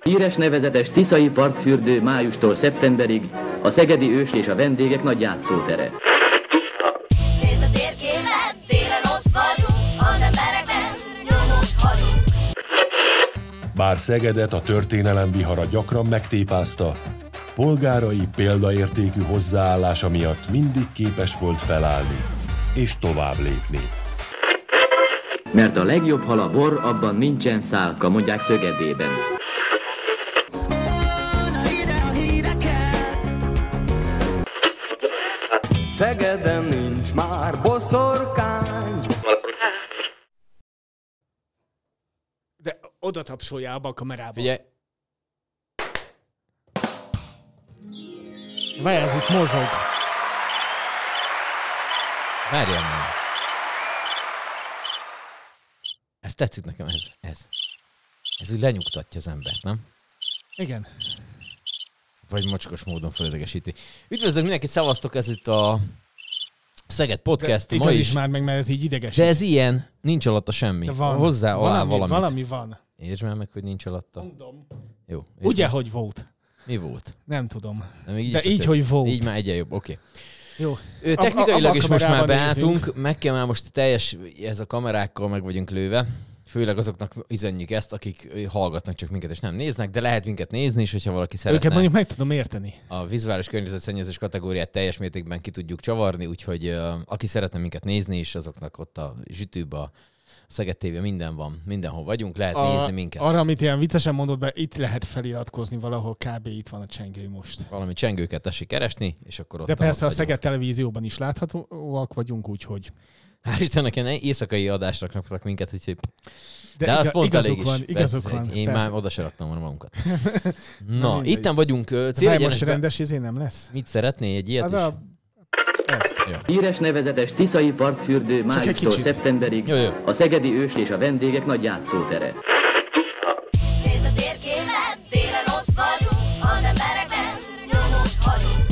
Híres nevezetes tiszai partfürdő májustól szeptemberig a szegedi ős és a vendégek nagy játszótere. Nézd a térképet, télen ott vagyunk, az embereknek nyomot hagyunk. Bár Szegedet a történelem vihara gyakran megtépázta, polgárai példaértékű hozzáállása miatt mindig képes volt felállni és tovább lépni. Mert a legjobb hal a bor, abban nincsen szálka, mondják Szögedében. Szegeden nincs már boszorkány. De oda tapsolja abba a kamerába. Figyelj, Várj, ez itt mozog. várjál már. Ez tetszik nekem, ez úgy lenyugtatja az embert, nem? Igen. Vagy mocskos módon fölidegesíti. Üdvözlök mindenkit, szavaztok, ez itt a Szeged Podcast. De Ma igaz is. is már meg, mert ez így idegesít. De ez ilyen, nincs alatta semmi. De van. Hozzá alá valamit. Valami van. Értsd már meg, hogy nincs alatta. Mondom. Jó. Ugye, hogy volt? Mi volt? Nem tudom. Nem, így De is így, tök- hogy volt. Így már egyen jobb, oké. Jó. Technikailag is most már kamerában beálltunk, nézzünk. meg kell már most teljes, ez a kamerákkal meg vagyunk lőve. Főleg azoknak üzenjük ezt, akik hallgatnak csak minket és nem néznek, de lehet minket nézni is, hogyha valaki szeretne. Őket mondjuk meg tudom érteni. A vizuális környezetszennyezés kategóriát teljes mértékben ki tudjuk csavarni, úgyhogy aki szeretne minket nézni is, azoknak ott a zsütőben, a Szeged TV minden van, mindenhol vagyunk, lehet nézni minket. Arra, amit ilyen viccesen mondott be, itt lehet feliratkozni valahol, kb. Itt van a csengő most. Valami csengőket tessék keresni, és akkor ott De persze a vagyunk. Szeged televízióban is láthatóak vagyunk, úgyhogy. Hál' Istennek ilyen éjszakai adásra raknak minket, úgyhogy... De az pont elég is. Igazuk Persze, van. Én persze. már oda se raktam volna magunkat. Na, Na, mindegy. itten vagyunk Várj, most célegyenesben. rendes izé nem lesz? Mit szeretnél? Egy ilyet Az is? Ezt. Híres nevezetes tiszai partfürdő egy májustól kicsit. szeptemberig Jó. a szegedi ős és a vendégek nagy játszótere. Nézd a térképet, télen ott vagyunk, az embereknek nyomot hagyunk.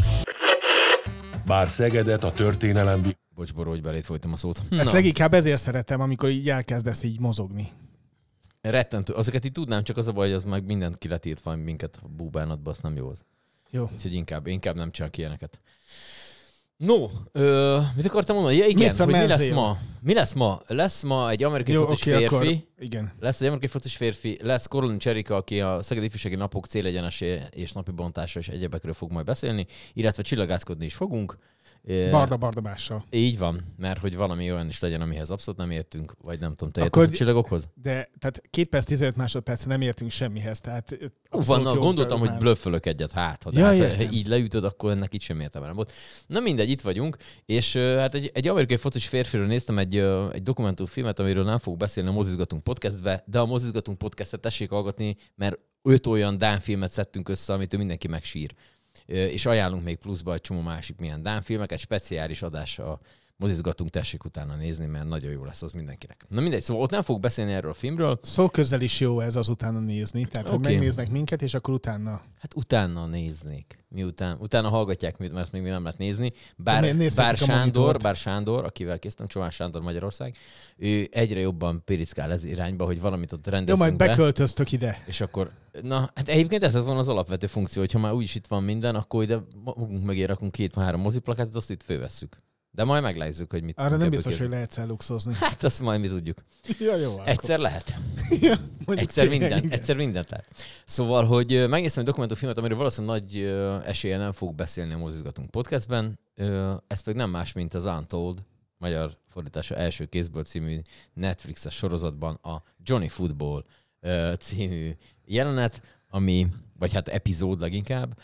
Bár Szegedet a történelem Bocs, Boró, hogy belét folytam a szót. Ezt leginkább ezért szeretem, amikor így elkezdesz így mozogni. Rettentő. Azokat így tudnám, csak az a baj, hogy az meg mindent kiletírtva minket a búbánatba, azt nem jó az. Jó. Úgyhogy inkább nem csinálok ilyeneket. No, mit akartam mondani? Ja, igen, Mr. hogy mi lesz Menzel. ma? Mi lesz ma? Lesz ma egy amerikai focis férfi. akkor igen. Lesz egy amerikai focis férfi, lesz Korolin Cserika, aki a Szegedi Ifjúsági Napok célegyenesé és napi bontása és egyebekről fog majd beszélni, illetve csillagászkodni is fogunk. Bardabással. Így van, mert hogy valami olyan is legyen, amihez abszolút nem értünk, vagy nem tudom, te Akkor- értesz a csillagokhoz? De tehát 2 perc 15 másodperc nem értünk semmihez, tehát Van, gondoltam, hogy blöffölök egyet, ha Ja, hát, értem. így leütöd, akkor ennek itt sem értelme nem volt. Na mindegy, itt vagyunk, és hát egy amerikai focis férfiről néztem egy dokumentumfilmet, amiről nem fogok beszélni a Mozizgatunk podcastbe, de a Mozizgatunk podcastet tessék hallgatni, mert 5 olyan dán filmet szedtünk össze, amitől mindenki megsír. És ajánlunk még pluszba egy csomó másik milyen dán filmeket, speciális adás a Mozizgatunk, tessék utána nézni, mert nagyon jó lesz az mindenkinek. Na mindegy, szóval ott nem fogok beszélni erről a filmről. Szó közel is jó ez az utána nézni, tehát hogy Oké. megnéznek minket, és akkor utána... Hát utána néznék. Utána hallgatják, mert még nem lehet nézni. Nézhetik Bár Sándor, akivel késztem, Csomán Sándor Magyarország, ő egyre jobban pirickál ez irányba, hogy valamit ott Jó, rendezünk majd be. beköltöztök ide. És akkor, na, hát egyébként ez van az alapvető funkció, hogyha már úgyis itt van minden, akkor ide magunk mögé rakunk 2-3 moziplakátot, azt itt fölvesszük. De majd meglázzuk, hogy mit Arra tudunk nem ebből biztos, hogy készíteni. lehet celluxozni. Hát azt majd mi tudjuk. Ja, jó. akkor. Egyszer lehet. Ja, mondjuk Egyszer tényleg, igen. mindent lehet. Szóval, hogy megnéztem egy dokumentumfilmet, amiről valószínűleg nagy eséllyel nem fogok beszélni a Mozizgatunk podcastben. Ez pedig nem más, mint az Untold, magyar fordítása első kézből című Netflixes sorozatban a Johnny Football című jelenet, vagy hát epizód leginkább.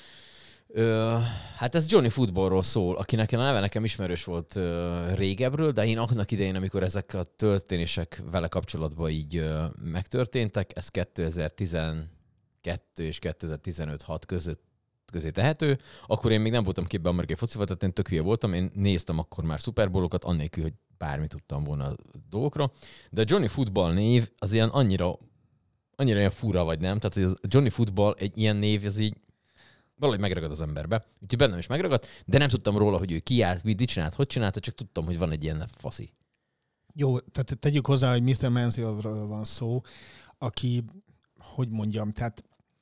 Hát ez Johnny Footballról szól, akinek a neve nekem ismerős volt régebről, de én annak idején, amikor ezek a történések vele kapcsolatban így megtörténtek, ez 2012 és 2015-6 közé tehető, akkor én még nem voltam képben amerikai focival, tehát én tök hülye voltam, én néztem akkor már Super Bowlokat, annélkül, hogy bármit tudtam volna a dolgokra, de a Johnny Football név az ilyen annyira ilyen fura vagy nem, tehát hogy a Johnny Football egy ilyen név, ez így valahogy megragad az emberbe. Úgyhogy bennem is megragadt, de nem tudtam róla, hogy ő ki állt, mit csinált, hogy csinálta, csak tudtam, hogy van egy ilyen faszi. Jó, tehát tegyük hozzá, hogy Mr. Mansellről van szó, aki, hogy mondjam, tehát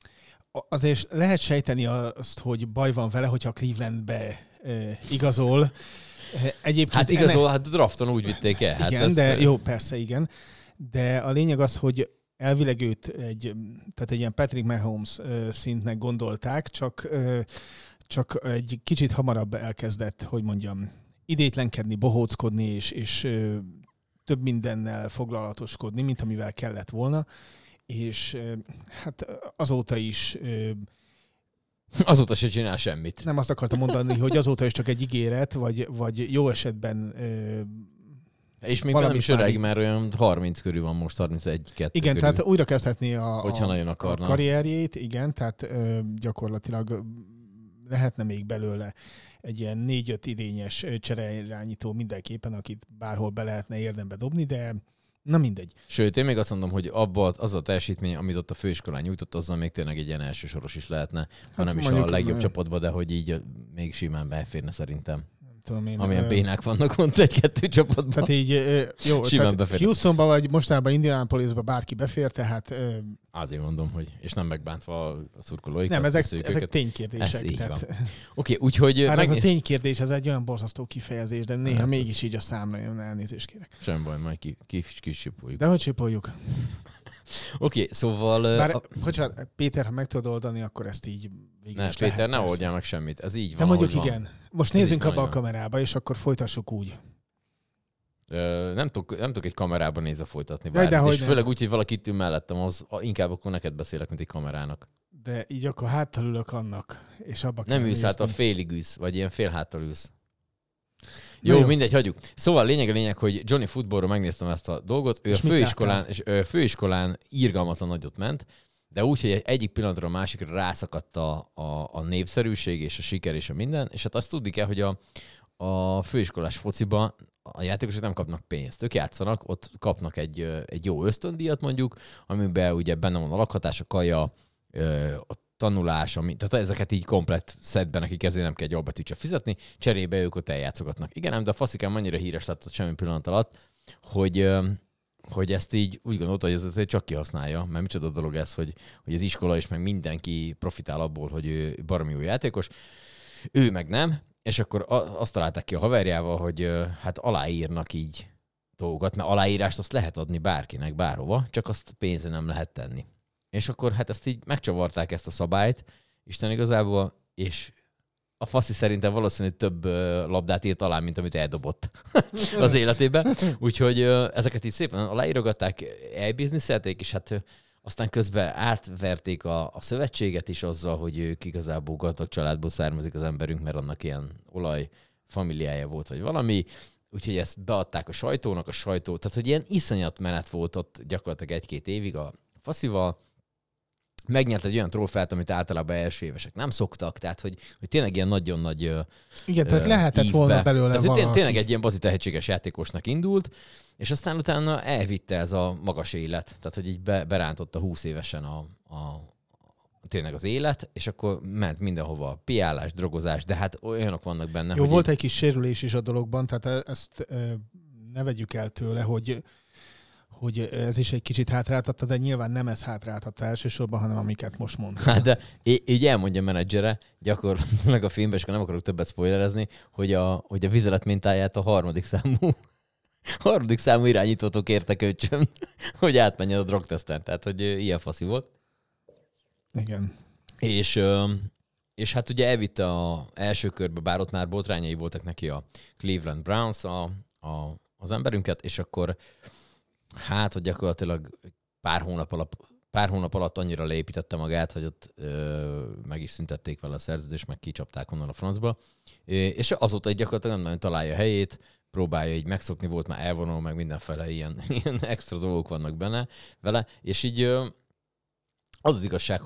azért lehet sejteni azt, hogy baj van vele, hogyha a Clevelandbe igazol. Egyébként Hát igazol, hát drafton úgy vitték el. Hát igen, de jó, persze, igen. De a lényeg az, hogy elvileg őt egy ilyen Patrick Mahomes szintnek gondolták, csak egy kicsit hamarabb elkezdett, hogy mondjam, idétlenkedni, bohóckodni, és több mindennel foglalatoskodni, mint amivel kellett volna. És hát azóta is... Azóta se csinál semmit. Nem azt akartam mondani, hogy azóta is csak egy ígéret, vagy jó esetben... És még nem is öreg, mert olyan 30 körül van most, 31-2 igen, körül. tehát újra kezdhetné a karrierjét, igen, tehát gyakorlatilag lehetne még belőle egy ilyen 4-5 idényes csereirányító mindenképpen, akit bárhol be lehetne érdembe dobni, de na mindegy. Sőt, én még azt mondom, hogy az a teljesítmény, amit ott a főiskolán nyújtott, azzal még tényleg egy ilyen elsősoros is lehetne, ha nem is a legjobb csapatban, de hogy így még simán beférne szerintem. Amilyen bénák vannak ott egy-kettő csapatban. Tehát így, jó, tehát Houstonba vagy mostanában Indianapolisba bárki befér, tehát... Azért mondom, hogy, és nem megbántva a szurkolóikat. Nem, ezek ténykérdések. Ez így van. Oké, úgyhogy... Hát ez a ténykérdés, ez egy olyan borzasztó kifejezés, de néha mégis így a számra jön, elnézést kérek. Sem baj, majd kisipoljuk. De hogy sipoljuk? Oké, szóval... Bocsánat, Péter, ha meg tudod oldani, akkor ezt így végül ne, is Péter, lehet, ne persze. oldjál meg semmit. Ez így van, de mondjuk van. igen. Most nézzünk abba a kamerába, és akkor folytassuk úgy. Nem tudok egy kamerában nézve folytatni. És főleg úgy, hogy valaki itt ül mellettem, az inkább akkor neked beszélek, mint egy kamerának. De így akkor háttal ülök annak, és abba kell nem ülsz, hát a félig ülsz, vagy ilyen fél háttal ülsz. Jó, mindegy, hagyjuk. Szóval lényeg, hogy Johnny Footballról megnéztem ezt a dolgot. Ő a főiskolán irgalmatlan nagyot ment, de úgy, hogy egyik pillanatról a másikra rászakadt a népszerűség és a siker és a minden, és hát azt tudni kell, hogy a főiskolás fociba a játékosok nem kapnak pénzt. Ők játszanak, ott kapnak egy jó ösztöndíjat mondjuk, amiben ugye benne van a lakhatás, a kaja, a tanulás, tehát ezeket így komplett szedben, akik ezért nem kell egy albetűt se fizetni, cserébe ők ott eljátszogatnak. Igen, de a faszikám annyira híres lett semmi pillanat alatt, hogy ezt így úgy gondolta, hogy ez csak kihasználja, mert micsoda dolog ez, hogy az iskola is meg mindenki profitál abból, hogy ő baromi jó játékos, ő meg nem, és akkor azt találták ki a haverjával, hogy hát aláírnak így dolgokat, mert aláírást azt lehet adni bárkinek, bárhova, csak azt pénzre nem lehet tenni. És akkor hát ezt így megcsavarták ezt a szabályt, Isten igazából, és a faszi szerintem valószínűleg több labdát írt alá, mint amit eldobott az életében. Úgyhogy ezeket így szépen aláírogatták, elbizniszelték, és hát aztán közben átverték a szövetséget is azzal, hogy ők igazából gazdag családból származik az emberünk, mert annak ilyen olajfamiliája volt, vagy valami. Úgyhogy ezt beadták a sajtónak, tehát hogy ilyen iszonyat menet volt ott gyakorlatilag 1-2 évig a faszival. Megnyert egy olyan trófeát, amit általában első évesek nem szoktak, tehát hogy tényleg ilyen nagyon nagy igen, tehát lehetett volna belőle tehát tényleg egy ilyen bazi tehetséges játékosnak indult, és aztán utána elvitte ez a magas élet, tehát hogy így berántotta 20 évesen tényleg az élet, és akkor ment mindenhova piálás, drogozás, de hát olyanok vannak benne, jó, volt egy kis sérülés is a dologban, tehát ezt ne vegyük el tőle, hogy ez is egy kicsit hátráltatta, de nyilván nem ez hátráltatta elsősorban, hanem amiket most mondtam. Hát de így elmondja a menedzsere, gyakorlatilag a filmben, és akkor nem akarok többet spoilerezni, hogy a vizelet mintáját a harmadik számú irányítótól kérte kölcsön, hogy átmenjen a drogteszten. Tehát, hogy ilyen faszi volt. Igen. És hát ugye elvitte az első körbe, bár ott már botrányai voltak neki a Cleveland Browns, az emberünket, és akkor hát, hogy gyakorlatilag pár hónap alatt annyira leépítette magát, hogy ott meg is szüntették vele a szerződést, meg kicsapták onnan a francba. És azóta egy gyakorlatilag nem nagyon találja a helyét, próbálja így megszokni, volt már elvonul, meg mindenféle ilyen extra dolgok vannak benne vele, és így az igazság,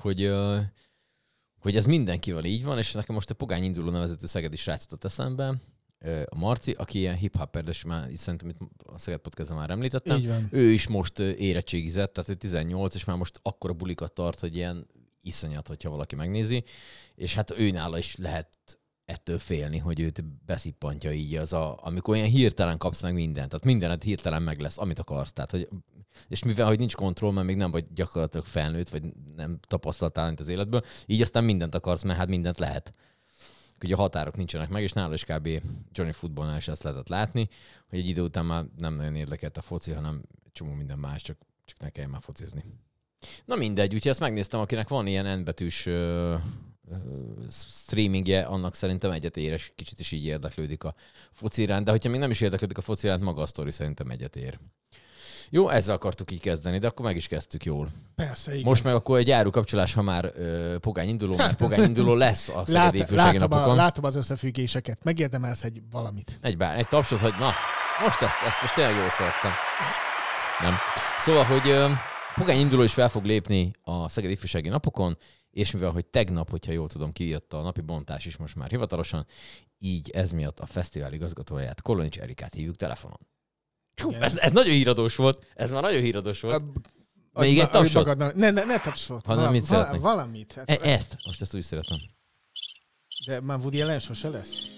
hogy ez mindenkivel így van, és nekem most a Pogány Induló nevezetű szegedi srác jutott eszembe, a Marci, aki ilyen hip-hopper, és már szerintem itt a Szeged Podcastban már említettem. Ő is most érettségizett, tehát 18, és már most akkora bulikat tart, hogy ilyen iszonyat, hogyha valaki megnézi. És hát őnála is lehet ettől félni, hogy őt beszippantja így amikor olyan hirtelen kapsz meg mindent. Tehát mindened hirtelen meg lesz, amit akarsz. Tehát, hogy És mivel, hogy nincs kontroll, mert még nem vagy gyakorlatilag felnőtt, vagy nem tapasztaltál mint az életből, így aztán mindent akarsz, mert hát mindent lehet. Ugye a határok nincsenek meg, és nála is kb. Johnny Footballnál is ezt lehetett látni, hogy egy idő után már nem nagyon érdekelt a foci, hanem egy csomó minden más, csak ne kelljen már focizni. Na mindegy, úgyhogy ezt megnéztem, akinek van ilyen N-betűs streamingje, annak szerintem egyet ér, és kicsit is így érdeklődik a foci iránt, de hogyha még nem is érdeklődik a foci iránt, maga a sztori szerintem egyet ér. Jó, ezzel akartuk így kezdeni, de akkor meg is kezdtük jól. Persze, igen. Most meg akkor egy árukapcsolás, ha már pogány-induló, mert pogány-induló lesz a Szegedi Ifjúsági Napokon. Látom az összefüggéseket. Megérdemelsz egy valamit. Egy tapsot, hogy na, most ezt most tényleg jól szerettem. Nem. Szóval, hogy pogány-induló is fel fog lépni a Szegedi Ifjúsági Napokon, és mivel, hogy tegnap, hogyha jól tudom, kijött a napi bontás is most már hivatalosan, így ez miatt a fesztivál igazgatóját, Kolonics Erikát hívjuk telefonon. Ez nagyon híradós volt. Ez már nagyon híradós volt. Még egy tapsot? Ne tapsot. Hanem mit szeretnék? Valamit. Hát, most ezt úgy szeretem. De már Woody Allen sose lesz.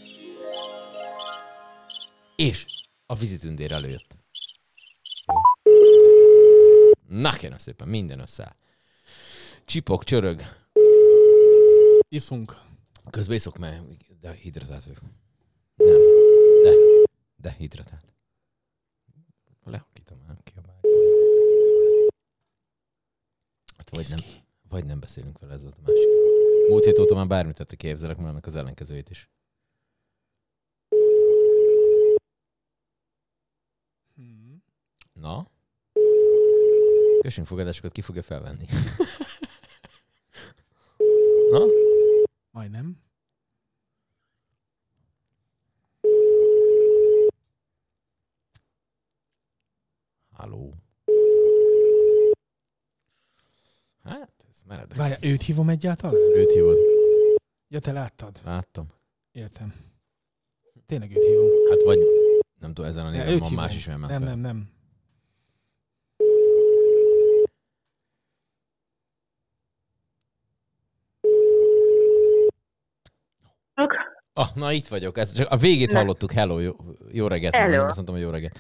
És a vízitündér előjött. Na kérem szépen, minden összeáll. Csipog, csörög. Iszunk. Közben iszok, mert de hidratált vagyok. Nem. De hidratált. Lehakítom, nem kiabálj. Hát vagy nem beszélünk vele, ez a másik. Múlt hét óta már bármit tette, képzelek, mert annak az ellenkezőjét is. Na? Köszönjük fogadásokat, ki fogja felvenni? Na? Majdnem. Halló. Hát, ez meredek. Várjál, őt hívom egyáltalán? Őt hívod. Ja, te láttad? Láttam. Értem. Tényleg őt hívom. Hát vagy, nem tudom, ezen a néven van hívom. más is, mert Nem. Na itt vagyok. Csak a végét hallottuk. Hello, jó reggelt. Hello. Azt mondtam, hogy jó reggelt.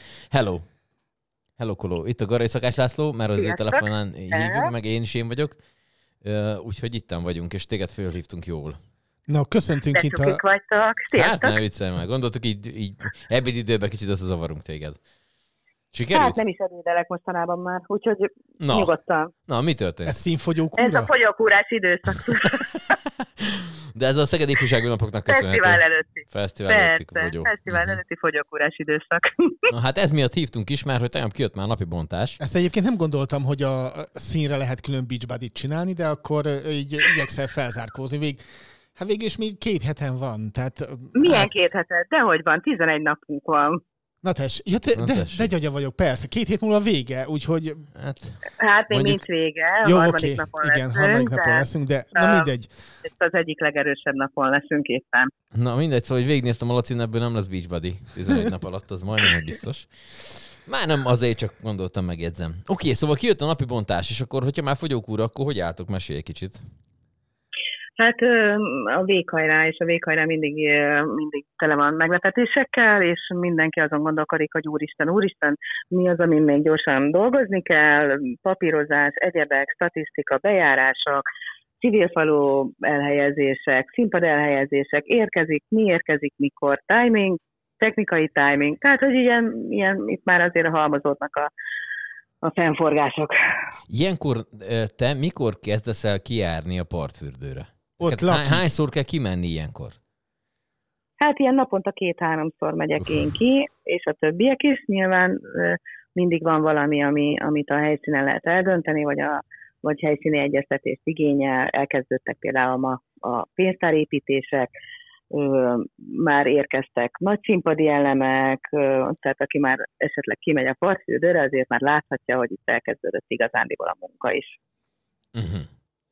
Hello, Koló. Itt a Garai Szakás László, mert az ő telefonán hívjuk, meg én vagyok. Úgyhogy itten vagyunk, és téged fölhívtunk jól. Na, köszöntünk itt Kik vagytok. Sziasztok. Hát ne viccelj már. Gondoltuk így ebéd időben kicsit összezavarunk téged. Sikerült? Hát nem is ebédelek mostanában már, úgyhogy nyugodtan. Na, mi történt? Ez színfogyókúra? Ez a fogyókúrás időszak. De ez a Szegedi Ifjúsági Napoknak köszönhető. Fesztivál előtti fogyó. Fesztivál előtti fogyókúrás időszak. Na hát ez miatt hívtunk is már, hogy tegnap kijött már napi bontás. Ezt egyébként nem gondoltam, hogy a színre lehet külön beachbody-t csinálni, de akkor így igyekszel felzárkózni. Hát végül is még 2 heten van. Tehát, Milyen 2 heted? Dehogy van, 11 napunk van. Na tess, de gyagya vagyok, persze. 2 hét múlva vége, úgyhogy... Hát még nincs vége, jó, harmadik napon leszünk. Harmadik napon leszünk, de na mindegy. Ez az egyik legerősebb napon leszünk éppen. Na mindegy, szóval, hogy végignéztem a Lacin, ebből nem lesz beachbody 11 nap alatt, az majdnem, hogy biztos. Már nem, azért csak gondoltam, megjegyzem. Oké, szóval kijött a napi bontás, és akkor, hogyha már fogyókúra, akkor hogy álltok? Mesélj egy kicsit. Hát a véghajrá, és a véghajrá mindig tele van meglepetésekkel, és mindenki azon gondolkodik, hogy úristen, mi az, amin még gyorsan dolgozni kell, papírozás, egyebek, statisztika, bejárások, civilfalú elhelyezések, színpad elhelyezések, mi érkezik, mikor, timing, technikai timing, tehát hogy ilyen itt már azért halmozódnak a fennforgások. Ilyenkor te mikor kezdesz el kijárni a partfürdőre? Hányszor kell kimenni ilyenkor? Hát ilyen naponta 2-3-szor megyek én ki, és a többiek is. Nyilván mindig van valami, amit a helyszínen lehet eldönteni, vagy helyszíni egyeztetést igényel. Elkezdődtek például ma a pénztárépítések, már érkeztek nagy színpadi elemek, tehát aki már esetleg kimegy a partfürdőre, azért már láthatja, hogy itt elkezdődött igazándiból a munka is. Uh-huh.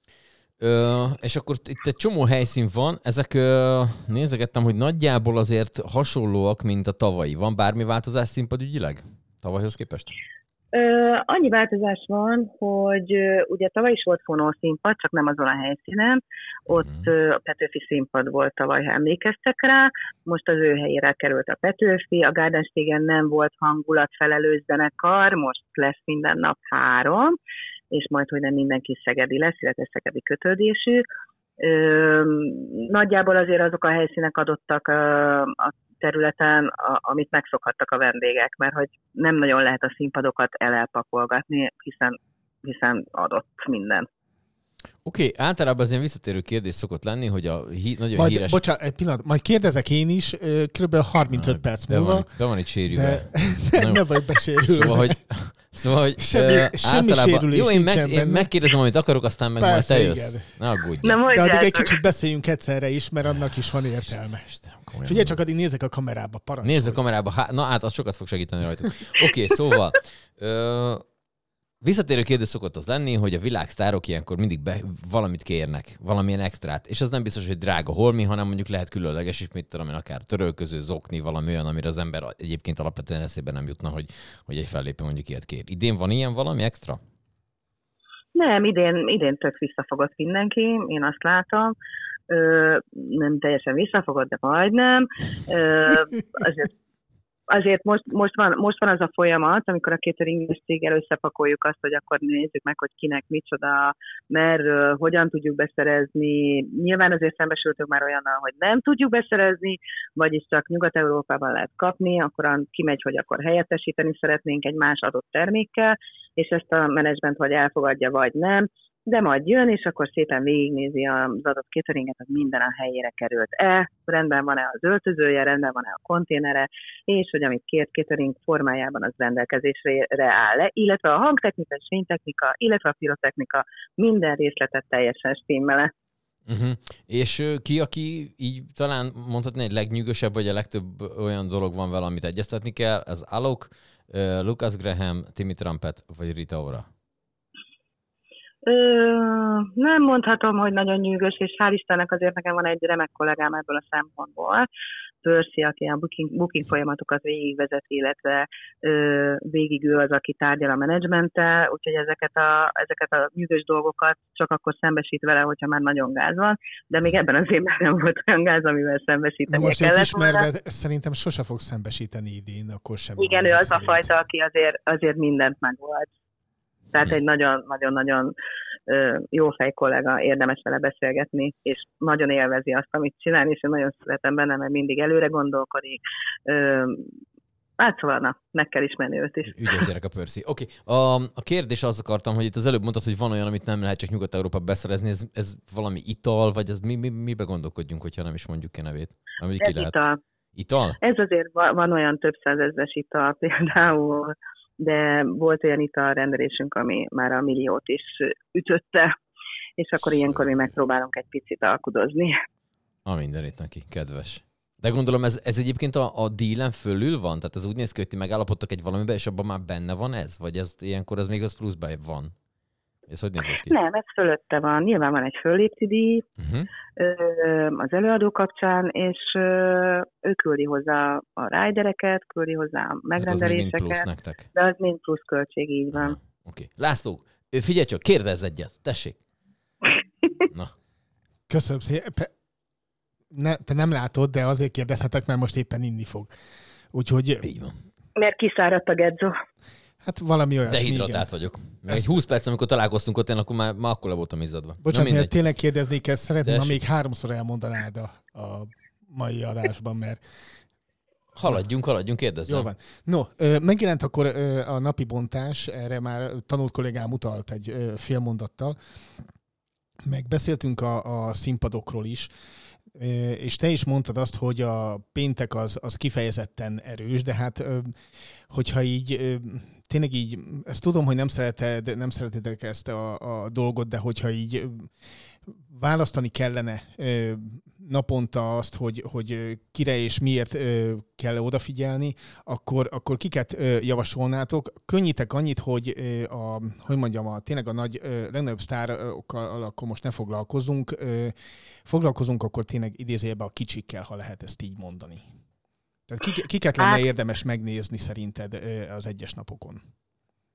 És akkor itt egy csomó helyszín van, ezek nézegettem, hogy nagyjából azért hasonlóak, mint a tavalyi. Van bármi változás színpadügyileg? Tavalyhoz képest? Annyi változás van, hogy ugye tavaly is volt fonószínpad, csak nem azon a helyszínen. Ott a Petőfi színpad volt tavaly, ha emlékeztek rá. Most az ő helyére került a Petőfi. A Gárdenstegen nem volt hangulatfelelős zenekar, most lesz minden nap 3, és majd, hogy nem mindenki szegedi lesz, illetve szegedi kötődésű. Nagyjából azért azok a helyszínek adottak a területen, amit megszokhattak a vendégek, mert hogy nem nagyon lehet a színpadokat elpakolgatni, hiszen adott minden. Oké, általában az ilyen visszatérő kérdés szokott lenni, hogy a nagyon híres... Bocsánat, egy pillanat, majd kérdezek én is, kb. 35 perc múlva. Be van itt sérülve. Nem vagy besérülve. Szóval, hogy semmi általában... sérülés Jó, én nincsen megkérdezem, amit akarok, aztán meg persze, majd te jössz. igen. Ne aggódj. De addig egy kicsit beszéljünk egyszerre is, mert annak is van értelme. Figyelj csak, addig nézzek a kamerába, parancsolj. Nézz a kamerába, na hát az sokat fog segíteni rajtuk. Oké, szóval... Visszatérő kérdés szokott az lenni, hogy a világsztárok ilyenkor mindig valamit kérnek, valamilyen extrát. És az nem biztos, hogy drága holmi, hanem mondjuk lehet különleges is, mit tudom én, akár törölköző, zokni, valami olyan, amire az ember egyébként alapvetően eszébe nem jutna, hogy egy fellépő mondjuk ilyet kér. Idén van ilyen valami extra? Nem, idén tök visszafogott mindenki, én azt látom. Nem teljesen visszafogott, de majdnem. Azért most van az a folyamat, amikor a catering céggel összepakoljuk azt, hogy akkor nézzük meg, hogy kinek micsoda, mert hogyan tudjuk beszerezni. Nyilván azért szembesültünk már olyannal, hogy nem tudjuk beszerezni, vagyis csak Nyugat-Európában lehet kapni, akkor kimegy, hogy akkor helyettesíteni szeretnénk egy más adott termékkel, és ezt a menedzsment vagy elfogadja, vagy nem. De majd jön, és akkor szépen végignézi az adott cateringet, hogy minden a helyére került-e, rendben van-e az öltözője, rendben van-e a konténere, és hogy amit kért catering formájában az rendelkezésre áll-e, illetve a hangtechnika, a fénytechnika, illetve a pirotechnika minden részletet teljesen stimmel. És ki, aki így talán mondhatni egy legnyűgösebb, vagy a legtöbb olyan dolog van vele, amit egyeztetni kell, az Alok, Lucas Graham, Timmy Trumpet, vagy Rita Ora? Nem mondhatom, hogy nagyon nyűgös, és hál' Istennek azért nekem van egy remek kollégám ebből a szempontból, Percy, aki a booking folyamatokat végigvezet, illetve végig ő az, aki tárgyal a menedzsmenttel, úgyhogy ezeket a nyűgös dolgokat csak akkor szembesít vele, hogyha már nagyon gáz van, de még ebben az évben nem volt olyan gáz, amivel szembesíteni most kellett ismerve, volna. Szerintem sose fog szembesíteni idén, akkor sem. Igen, ő az a fajta, aki azért mindent megvolt. Tehát egy nagyon-nagyon jó fej kollega, érdemes vele beszélgetni, és nagyon élvezi azt, amit csinál, és én nagyon szeretem benne, mert mindig előre gondolkodik. Hát szóval, meg kell ismerni őt is. Ügyes gyerek a Percy. Oké, a kérdés az akartam, hogy itt az előbb mondtad, hogy van olyan, amit nem lehet csak Nyugat-Európa beszerezni, ez valami ital, vagy ez mibe gondolkodjunk, hogyha nem is mondjuk ki nevét? Ez ital. Ital? Ez azért van olyan több százezres ital például, de volt olyan italrendelésünk, ami már a milliót is ütötte, és akkor ilyenkor mi megpróbálunk egy picit alkudozni. Mindenit neki, kedves. De gondolom ez egyébként a dealen fölül van? Tehát ez úgy néz ki, hogy ti megállapodtak egy valamiben, és abban már benne van ez? Vagy ez ilyenkor ez még az pluszban van? Ez hogy néz ez ki? Nem, ez fölötte van. Nyilván van egy föllépti díj az előadó kapcsán, és ő küldi hozzá a ridereket, küldi hozzá a megrendeléseket. Hát az plusz nektek. De az mind plusz költség, így van. Oké. László, figyelj csak, kérdezz egyet, tessék. Na. Köszönöm szépen. Te nem látod, de azért kérdezhetek, mert most éppen inni fog. Úgyhogy... Így van. Mert kiszáradt a gedzo. Hát valami olyasmi. Dehidratált vagyok. Még egy 20 perc, amikor találkoztunk ott, én akkor már akkor le voltam izzadva. Bocsánat, mert tényleg kérdeznék ezt, szeretném, ha még 3-szor elmondanád a mai adásban, mert... Haladjunk, kérdezzem. Jól van. No, megjelent akkor a napi bontás, erre már tanult kollégám utalt egy fél mondattal, meg beszéltünk a színpadokról is, és te is mondtad azt, hogy a péntek az kifejezetten erős, de hát hogyha így tényleg így, ezt tudom, hogy nem szeretitek ezt a dolgot, de hogyha így választani kellene naponta azt, hogy kire és miért kell odafigyelni, akkor kiket javasolnátok? Könnyítek annyit, hogy tényleg a legnagyobb sztárokkal akkor most ne foglalkozunk. Foglalkozunk akkor tényleg idézőjelben a kicsikkel, ha lehet ezt így mondani. Tehát kiket lenne érdemes megnézni szerinted az egyes napokon?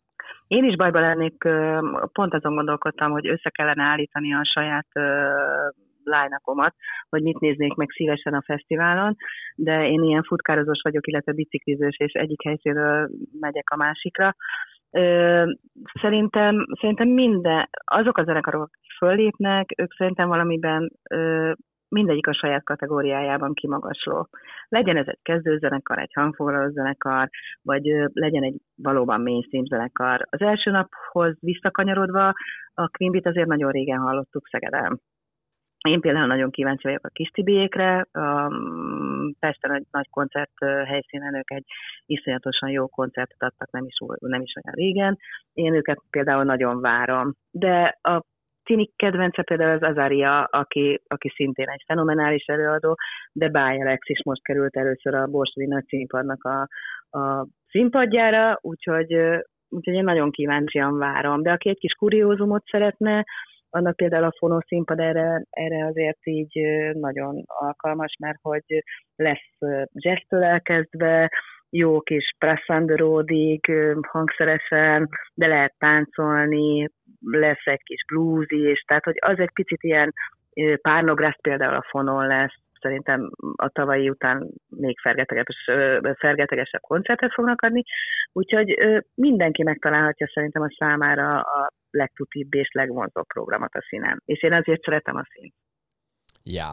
Én is bajba lennék, pont azon gondolkodtam, hogy össze kellene állítani a saját line-upomat, hogy mit néznék meg szívesen a fesztiválon, de én ilyen futkározós vagyok, illetve biciklizős, és egyik helyszínről megyek a másikra. Szerintem azok a zenekarok, akik föllépnek, ők szerintem valamiben mindegyik a saját kategóriájában kimagasló. Legyen ez egy kezdőzenekar, egy hangfoglaló zenekar, vagy legyen egy valóban mainstream zenekar. Az első naphoz visszakanyarodva a Quimbit azért nagyon régen hallottuk Szegeden. Én például nagyon kíváncsi vagyok a Kis Tibiékre. Pesten egy nagy koncert helyszínen ők egy iszonyatosan jó koncertet adtak, nem is olyan régen. Én őket például nagyon várom. De a Tini kedvence például az Azaria, aki szintén egy fenomenális előadó, de Báj Alex is most került először a Borsodi Nagy Színpadnak a színpadjára, úgyhogy én nagyon kíváncsian várom. De aki egy kis kuriózumot szeretne, annak például a Fonó színpad erre azért így nagyon alkalmas, mert hogy lesz jazztől elkezdve, jó kis Press on the Roadig hangszeresen, de lehet táncolni, lesz egy kis bluesy, és tehát, hogy az egy picit ilyen Párnogrász például a Fonón lesz, szerintem a tavalyi után még fergetegesebb koncertet fognak adni, úgyhogy mindenki megtalálhatja szerintem a számára a legtutibb és legvonzóbb programot a színen. És én azért szeretem a színt. Ja.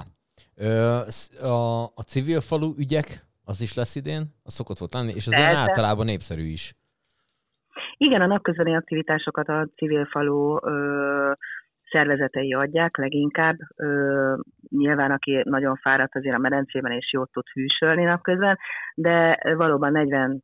A civil falu ügyek, az is lesz idén? Az szokott volt lenni, és az ilyen általában népszerű is. Igen, a napközbeni aktivitásokat a civil falu szervezetei adják leginkább. Nyilván, aki nagyon fáradt azért a medencében és jót tud hűsölni napközben, de valóban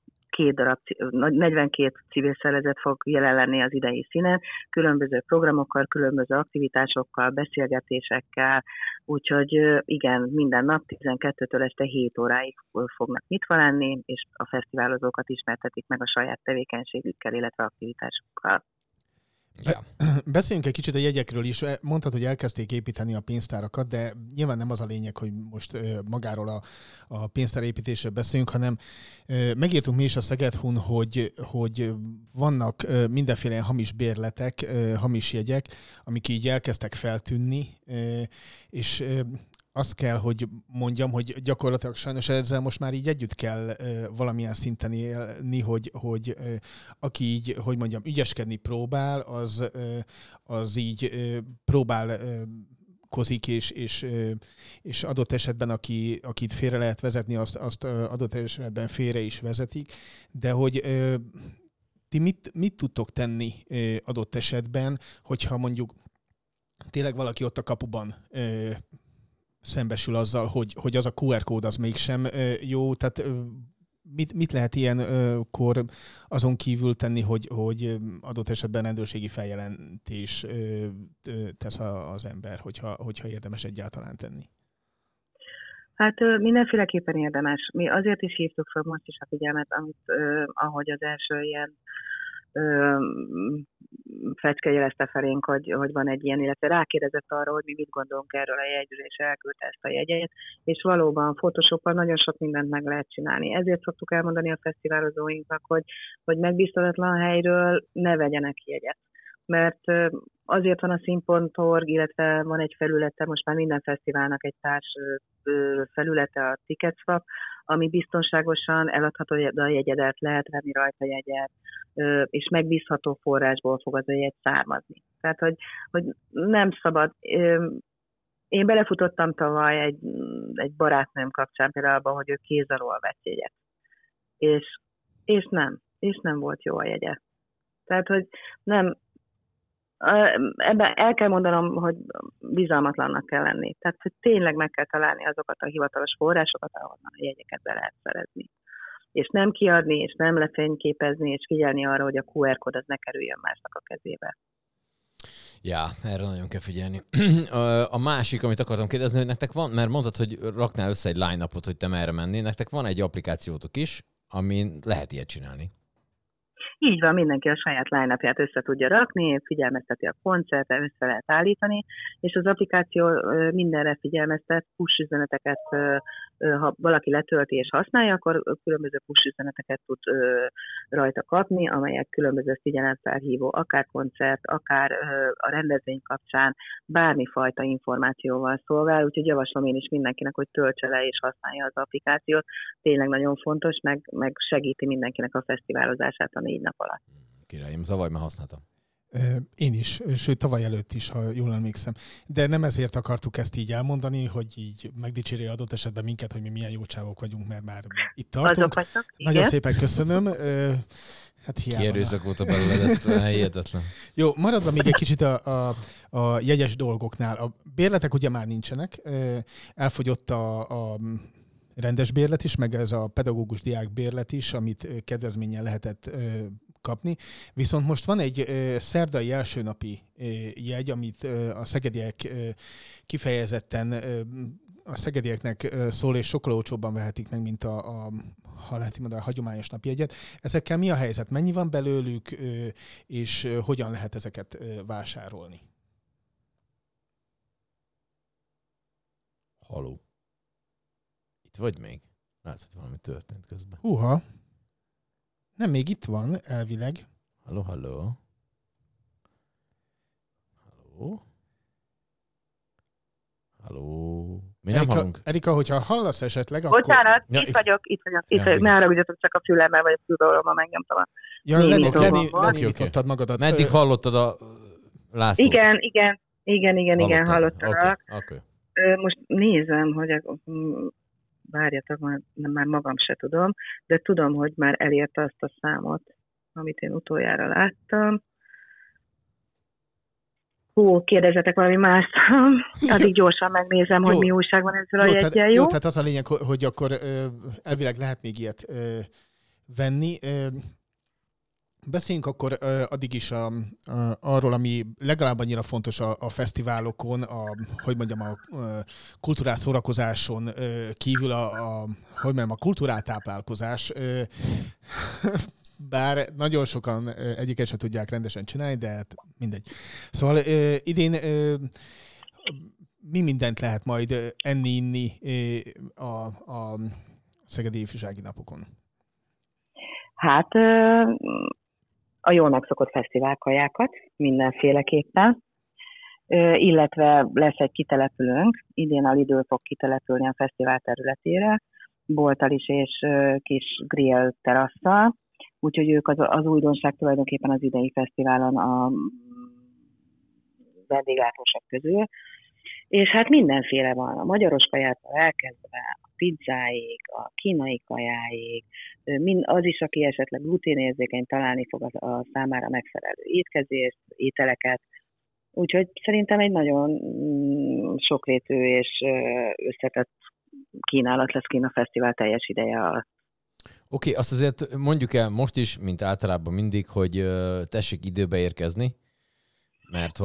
42 civil szervezet fog jelen lenni az idei színen, különböző programokkal, különböző aktivitásokkal, beszélgetésekkel, úgyhogy igen, minden nap 12-től este 7 óráig fognak nyitva lenni, és a fesztiválozókat ismertetik meg a saját tevékenységükkel, illetve aktivitásokkal. Ja. Beszéljünk egy kicsit a jegyekről is. Mondtad, hogy elkezdték építeni a pénztárakat, de nyilván nem az a lényeg, hogy most magáról a pénztárépítésről beszéljünk, hanem megírtunk mi is a Szeged.hu-n, hogy vannak mindenféle hamis bérletek, hamis jegyek, amik így elkezdtek feltűnni, és azt kell, hogy mondjam, hogy gyakorlatilag sajnos ezzel most már így együtt kell valamilyen szinten élni, hogy aki így, hogy mondjam, ügyeskedni próbál, az így próbálkozik, és adott esetben, akit félre lehet vezetni, azt adott esetben félre is vezetik, de hogy ti mit tudtok tenni adott esetben, hogyha mondjuk tényleg valaki ott a kapuban szembesül azzal, hogy az a QR kód az mégsem jó, tehát mit lehet ilyenkor azon kívül tenni, hogy adott esetben rendőrségi feljelentés tesz az ember, hogyha érdemes egyáltalán tenni? Hát mindenféleképpen érdemes. Mi azért is hívtuk fel most is a figyelmet, ahogy az első ilyen fecske jelezte felénk, hogy van egy ilyen, illetve rákérdezett arra, hogy mi mit gondolunk erről a jegyről, és elküldte ezt a jegyet, és valóban Photoshoppal nagyon sok mindent meg lehet csinálni. Ezért szoktuk elmondani a fesztiválozóinknak, hogy megbízhatatlan helyről ne vegyenek jegyet. Mert azért van a szín.org, illetve van egy felülete, most már minden fesztiválnak egy társ felülete, a Ticketswap, ami biztonságosan eladható a jegyedet, lehet venni rajta jegyet, és megbízható forrásból fog az a jegy származni. Tehát, hogy nem szabad. Én belefutottam tavaly egy barátnőm kapcsán például abban, hogy ő kéz alól vett jegyet. És nem volt jó a jegye. Tehát, hogy nem. Ebben el kell mondanom, hogy bizalmatlannak kell lenni. Tehát, hogy tényleg meg kell találni azokat a hivatalos forrásokat, ahonnan a jegyeket be lehet szerezni. És nem kiadni, és nem lefényképezni, és figyelni arra, hogy a QR kód az ne kerüljön másnak a kezébe. Ja, erre nagyon kell figyelni. A másik, amit akartam kérdezni, hogy nektek van, mert mondtad, hogy raknál össze egy line-upot, hogy te merre mennél, nektek van egy applikációtok is, amin lehet ilyet csinálni. Így van, mindenki a saját line-upját össze tudja rakni, figyelmezteti a koncertre, össze lehet állítani, és az applikáció mindenre figyelmeztet, push üzeneteket, ha valaki letölti és használja, akkor különböző push üzeneteket tud rajta kapni, amelyek különböző figyelemfelhívó, akár koncert, akár a rendezvény kapcsán bármifajta információval szolgál, úgyhogy javaslom én is mindenkinek, hogy töltse le és használja az applikációt. Tényleg nagyon fontos, meg segíti mindenkinek a fesztiválozását a 4 nap alatt. Királyom, tavaly már használtam. Én is, sőt tavaly előtt is, ha jól emlékszem. De nem ezért akartuk ezt így elmondani, hogy így megdicséri adott esetben minket, hogy mi milyen jó csávok vagyunk, mert már itt tartunk. Nagyon szépen köszönöm. Hát hiába. Kierőszakolta belőle, ez hihetetlen. Jó, maradva még egy kicsit a jegyes dolgoknál. A bérletek ugye már nincsenek. Elfogyott a rendes bérlet is, meg ez a pedagógus diák bérlet is, amit kedvezménnyel lehetett kapni. Viszont most van egy szerdai elsőnapi jegy, amit a szegediek kifejezetten a szegedieknek szól, és sokkal olcsóbban vehetik meg, mint ha lehet mondani, a hagyományos napjegyet. Ezekkel mi a helyzet? Mennyi van belőlük, és hogyan lehet ezeket vásárolni? Haló. Itt vagy még? Látszott, valami történt közben. Húha. Nem, még itt van, elvileg. Halló, halló. Halló. Halló. Mi nem hallunk? Erika, hogyha hallasz esetleg, akkor... Bocsánat, itt vagyok. Ne haragudjatok, csak a fülemmel vagy a fülbeolommal megnyomtam a... Ja, lenémítottad magadat. Meddig hallottad a Lászlót? Igen, hallottad. Okay. Most nézem, hogy várjatok, már magam se tudom, de tudom, hogy már elérte azt a számot, amit én utoljára láttam. Kérdezzetek valami mást, addig gyorsan megnézem, hogy mi újság van ezzel a jeggyel, jó? Tehát az a lényeg, hogy akkor elvileg lehet még ilyet venni. Beszéljünk akkor addig is arról, ami legalább annyira fontos a fesztiválokon, hogy mondjam, a kulturális szórakozáson kívül a kultúrátáplálkozás. Bár nagyon sokan egyiket sem tudják rendesen csinálni, de hát mindegy. Szóval idén mi mindent lehet majd enni-inni a Szegedi Ifjúsági Napokon? Hát a jól megszokott fesztiválkajákat mindenféleképpen, illetve lesz egy kitelepülőnk, idén a Lidl fog kitelepülni a fesztivál területére, bolttal is és kis grill terasszal, úgyhogy ők az újdonság tulajdonképpen az idei fesztiválon a vendéglátósok közül, és hát mindenféle van, a magyaros kajától elkezdve, a pizzáig, a kínai kajáig, az is, aki esetleg gluténérzékeny, találni fog a számára megfelelő étkezést, ételeket, úgyhogy szerintem egy nagyon sokrétű és összetett kínálat lesz kint a fesztivál teljes ideje alatt. Oké, azt azért mondjuk el most is, mint általában mindig, hogy tessék időbe érkezni, mert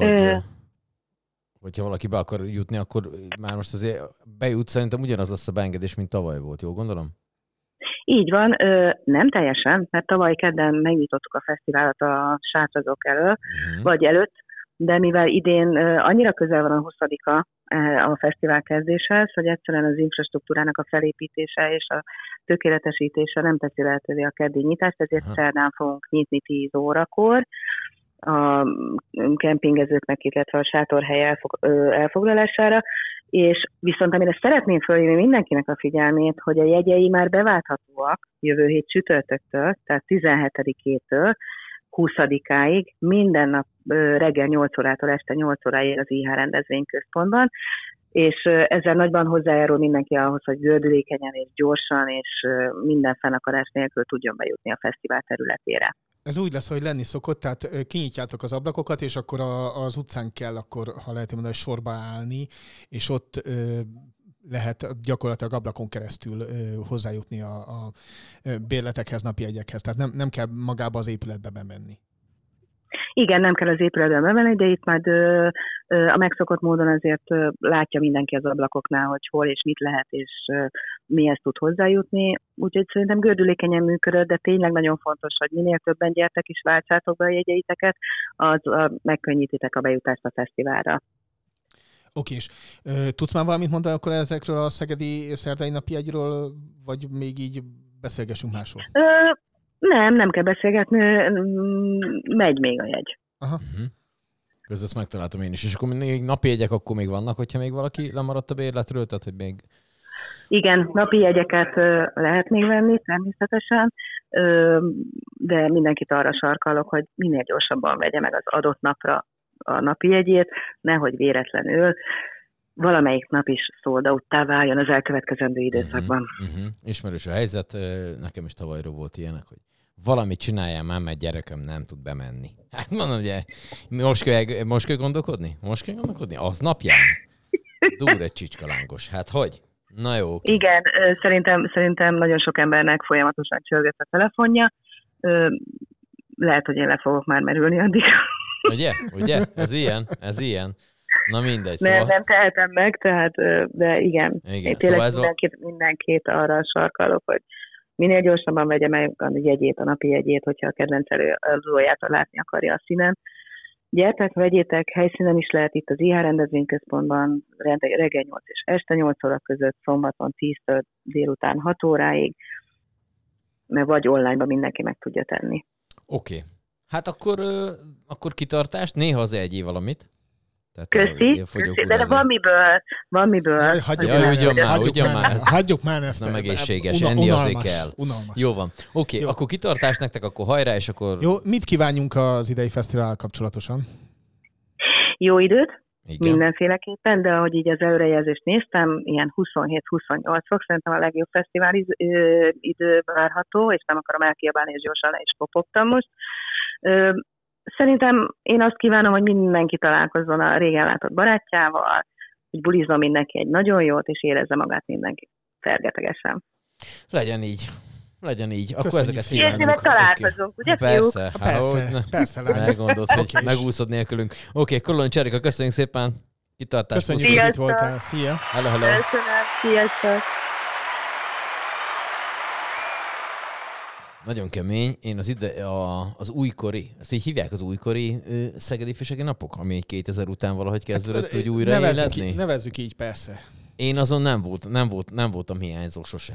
hogyha valaki be akar jutni, akkor már most azért bejut, szerintem ugyanaz lesz a beengedés, mint tavaly volt, jól gondolom? Így van, nem teljesen, mert tavaly kedden megnyitottuk a fesztiválat a sátrazók elől, vagy előtt, de mivel idén annyira közel van a 20-a a fesztivál kezdéshez, hogy egyszerűen az infrastruktúrának a felépítése és a tökéletesítése nem teszi lehetővé a keddi nyitást, ezért szerdán fogunk nyitni 10 órakor a kempingezőknek, illetve a sátorhely elfoglalására, és viszont amire szeretném fölhívni mindenkinek a figyelmét, hogy a jegyei már beválthatóak jövő hét csütörtöktől, tehát 17-től 20-áig, minden nap reggel 8 órától este 8 óráig az IH rendezvényközpontban, és ezzel nagyban hozzájárul mindenki ahhoz, hogy gördülékenyen és gyorsan és minden fennakadás nélkül tudjon bejutni a fesztivál területére. Ez úgy lesz, hogy lenni szokott, tehát kinyitjátok az ablakokat, és akkor az utcán kell, akkor, ha lehet mondani, sorba állni, és ott lehet gyakorlatilag ablakon keresztül hozzájutni a bérletekhez, napjegyekhez. Tehát nem kell magába az épületbe bemenni. Igen, nem kell az épületben bemenni, de itt majd a megszokott módon azért látja mindenki az ablakoknál, hogy hol és mit lehet, és mihez tud hozzájutni. Úgyhogy szerintem gördülékenyen működött, de tényleg nagyon fontos, hogy minél többen gyertek és váltsátok be a jegyeiteket, megkönnyítitek a bejutást a fesztiválra. Oké, és tudsz már valamit mondani akkor ezekről a szegedi szerdai napi jegyről, vagy még így beszélgessünk másról? Nem kell beszélgetni, megy még a jegy. Aha. Közben ezt megtaláltam én is. És akkor még napi jegyek akkor még vannak, hogyha még valaki lemaradt a bérletről, tehát hogy még... Igen, napi jegyeket lehet még venni, természetesen, de mindenkit arra sarkalok, hogy minél gyorsabban vegye meg az adott napra a napi jegyét, nehogy véletlenül valamelyik nap is sold out-tá váljon az elkövetkezendő időszakban. Ismerős a helyzet, nekem is tavalyról volt ilyenek, hogy valamit csináljál már, mert gyerekem nem tud bemenni. Hát mondom, ugye, most kell gondolkodni? Az napján? Dur egy csicskalángos. Hát hogy? Na jó. Okay. Igen, szerintem nagyon sok embernek folyamatosan csörgött a telefonja. Lehet, hogy én le fogok már merülni addig. Ugye? Ez ilyen. Na mindegy. Szóval... Nem tehetem meg, tehát, de igen. Én tényleg szóval mindenkit arra sarkalok, hogy minél gyorsabban vegye meg a jegyét, a napi jegyét, hogyha a kedvenc előadóját látni akarja a színen. Gyertek, vegyétek, helyszínen is lehet itt az IH rendezvényközpontban, reggel 8 és este 8 óra között, szombaton 10-től délután 6 óráig, mert vagy online-ban mindenki meg tudja tenni. Oké. Hát akkor kitartást, néha az egyéb valamit. Köszi, de van miből. Hagyjuk már ezt. Nem egészséges, enni azért kell. Unalmas. Jó van. Oké, akkor kitartást nektek, akkor hajrá, és akkor... Jó, mit kívánjunk az idei fesztivállal kapcsolatosan? Jó időt, igen. Mindenféleképpen, de ahogy így az előrejelzést néztem, ilyen 27-28 fok, szerintem a legjobb fesztivál idő várható, és nem akarom elkiabálni, és gyorsan le is kopogtam most. Szerintem én azt kívánom, hogy mindenki találkozzon a régen látott barátjával, hogy bulizzon mindenki egy nagyon jót, és érezze magát mindenki fergetegesen. Legyen így. Akkor köszönjük. Ezeket kívánjuk. És mi meg találkozunk, ugye Persze. Persze. Meggondolt, hogy megúszod nélkülünk. Oké, Kolony Cserika, köszönjük szépen. Kitartást. Köszönjük, hogy itt voltál. Szia. Hello. Köszönöm. Sziasztok. Nagyon kemény. Én az újkori, ezt így hívják az újkori szegedi ifjúsági napok, ami 2000 után valahogy kezdődött, hogy újra éledni? Nevezzük így, persze. Én azon nem voltam hiányzó sose.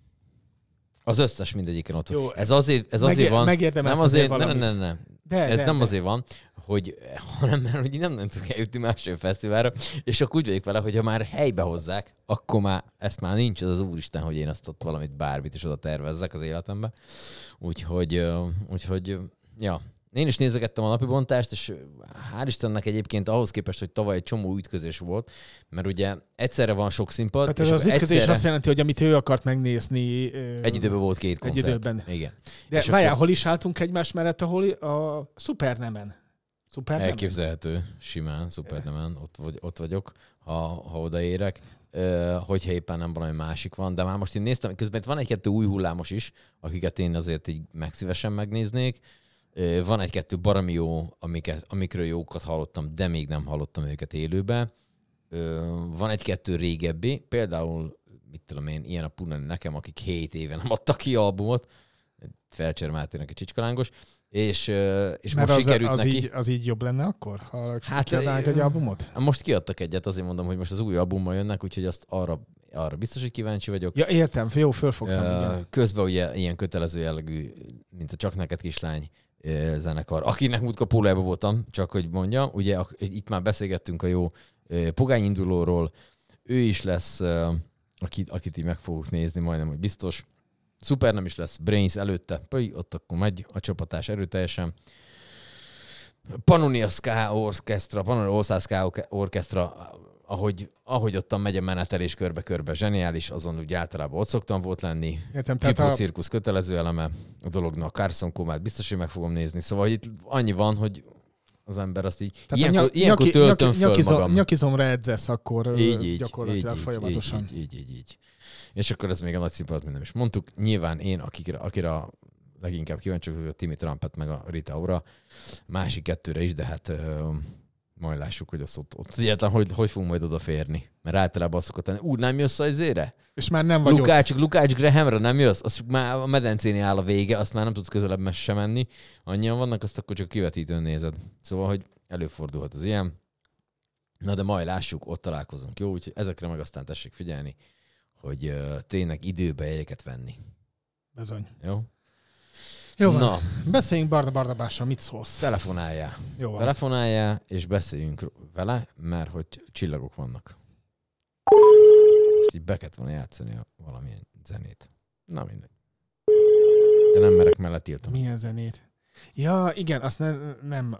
Az összes mindegyiken ott. Jó, ez azért van. Megérdemel nem azért, nem. Nem azért van, hanem mert hogy nem tudok eljutni másfél fesztiválra, és akkor úgy vagyok vele, hogy ha már helybe hozzák, akkor már ezt már nincs az Úristen, hogy én azt ott valamit bármit is oda tervezzek az életembe. Úgyhogy ja. Én is nézegettem a napibontást, és hál' Istennek egyébként ahhoz képest, hogy tavaly egy csomó ütközés volt, mert ugye egyszerre van sok színpad. Tehát ez az ütközés azt jelenti, hogy amit ő akart megnézni... Egy időben volt 2 koncert. Egy időben. Igen. De várjál, hol is álltunk egymás mellett, ahol a Supernemen. Elképzelhető, simán, Supernemen, ott vagyok, ha odaérek. Hogyha éppen nem valami másik van, de már most én néztem, közben itt van egy-kettő új hullámos is, akiket én azért így megszívesen megnéznék. Van egy-kettő baromi jó, amikről jókat hallottam, de még nem hallottam őket élőben. Van egy-kettő régebbi, például, mit tudom én, ilyen a Punani nekem, akik 7 éve nem adtak ki albumot, Felcser Máténak egy csicskalángos, és most sikerült neki. Az így jobb lenne akkor, ha kiadnánk egy albumot? Most kiadtak egyet, azért mondom, hogy most az új albummal jönnek, úgyhogy azt arra biztos, hogy kíváncsi vagyok. Ja, értem, jó, fölfogtam. Közben ugye ilyen kötelező jellegű, mint a Csak neked kislány zenekar, akinek múltkor pólójában voltam, csak hogy mondjam, ugye itt már beszélgettünk a jó Pogány indulóról, ő is lesz, akit így meg fogok nézni, majdnem, hogy biztos. Szuper nem is lesz, Brains előtte, ott akkor megy a csapatás erőteljesen. Pannonia Ska Orchestra, Pannonia All Ska Orchestra, ahogy ottan megy a menetelés körbe-körbe, zseniális, azon úgy általában ott szoktam volt lenni. Csipó cirkusz kötelező eleme a dolognak, Carson Comát biztos, hogy meg fogom nézni. Szóval itt annyi van, hogy az ember azt így... Ilyenkor töltöm föl magam. Nyakizomra edzesz, akkor így, gyakorlatilag folyamatosan. Így. És akkor ez még a nagy színpad, mint nem is mondtuk. Nyilván én, akire a leginkább kíváncsi vagyok a Timmy Trumpet meg a Rita Ora. Másik kettőre is, de hát majd lássuk, hogy ott egyáltalán hogy fogunk majd odaférni. Mert általában azt szokott tenni, nem jössz az izére? És már nem vagy Lukács Grahamra nem jössz? Az már a medencénél áll a vége, azt már nem tudsz közelebb messze menni. Annyian vannak, azt akkor csak kivetítőn nézed. Szóval, hogy előfordulhat az ilyen. Na de majd lássuk, ott találkozunk. Jó, úgyhogy ezekre meg aztán tessék figyelni, hogy tényleg időbe jegyeket venni. Bizony. Jó? Jó van. Na. Beszéljünk Barna Barnabással, mit szólsz? Telefonáljál. Jó van. Telefonáljál, és beszéljünk vele, mert hogy csillagok vannak. Most így be kellett volna játszani valamilyen zenét. Na mindegy. De nem merek mellett tiltani. Milyen zenét? Ja, igen, azt nem.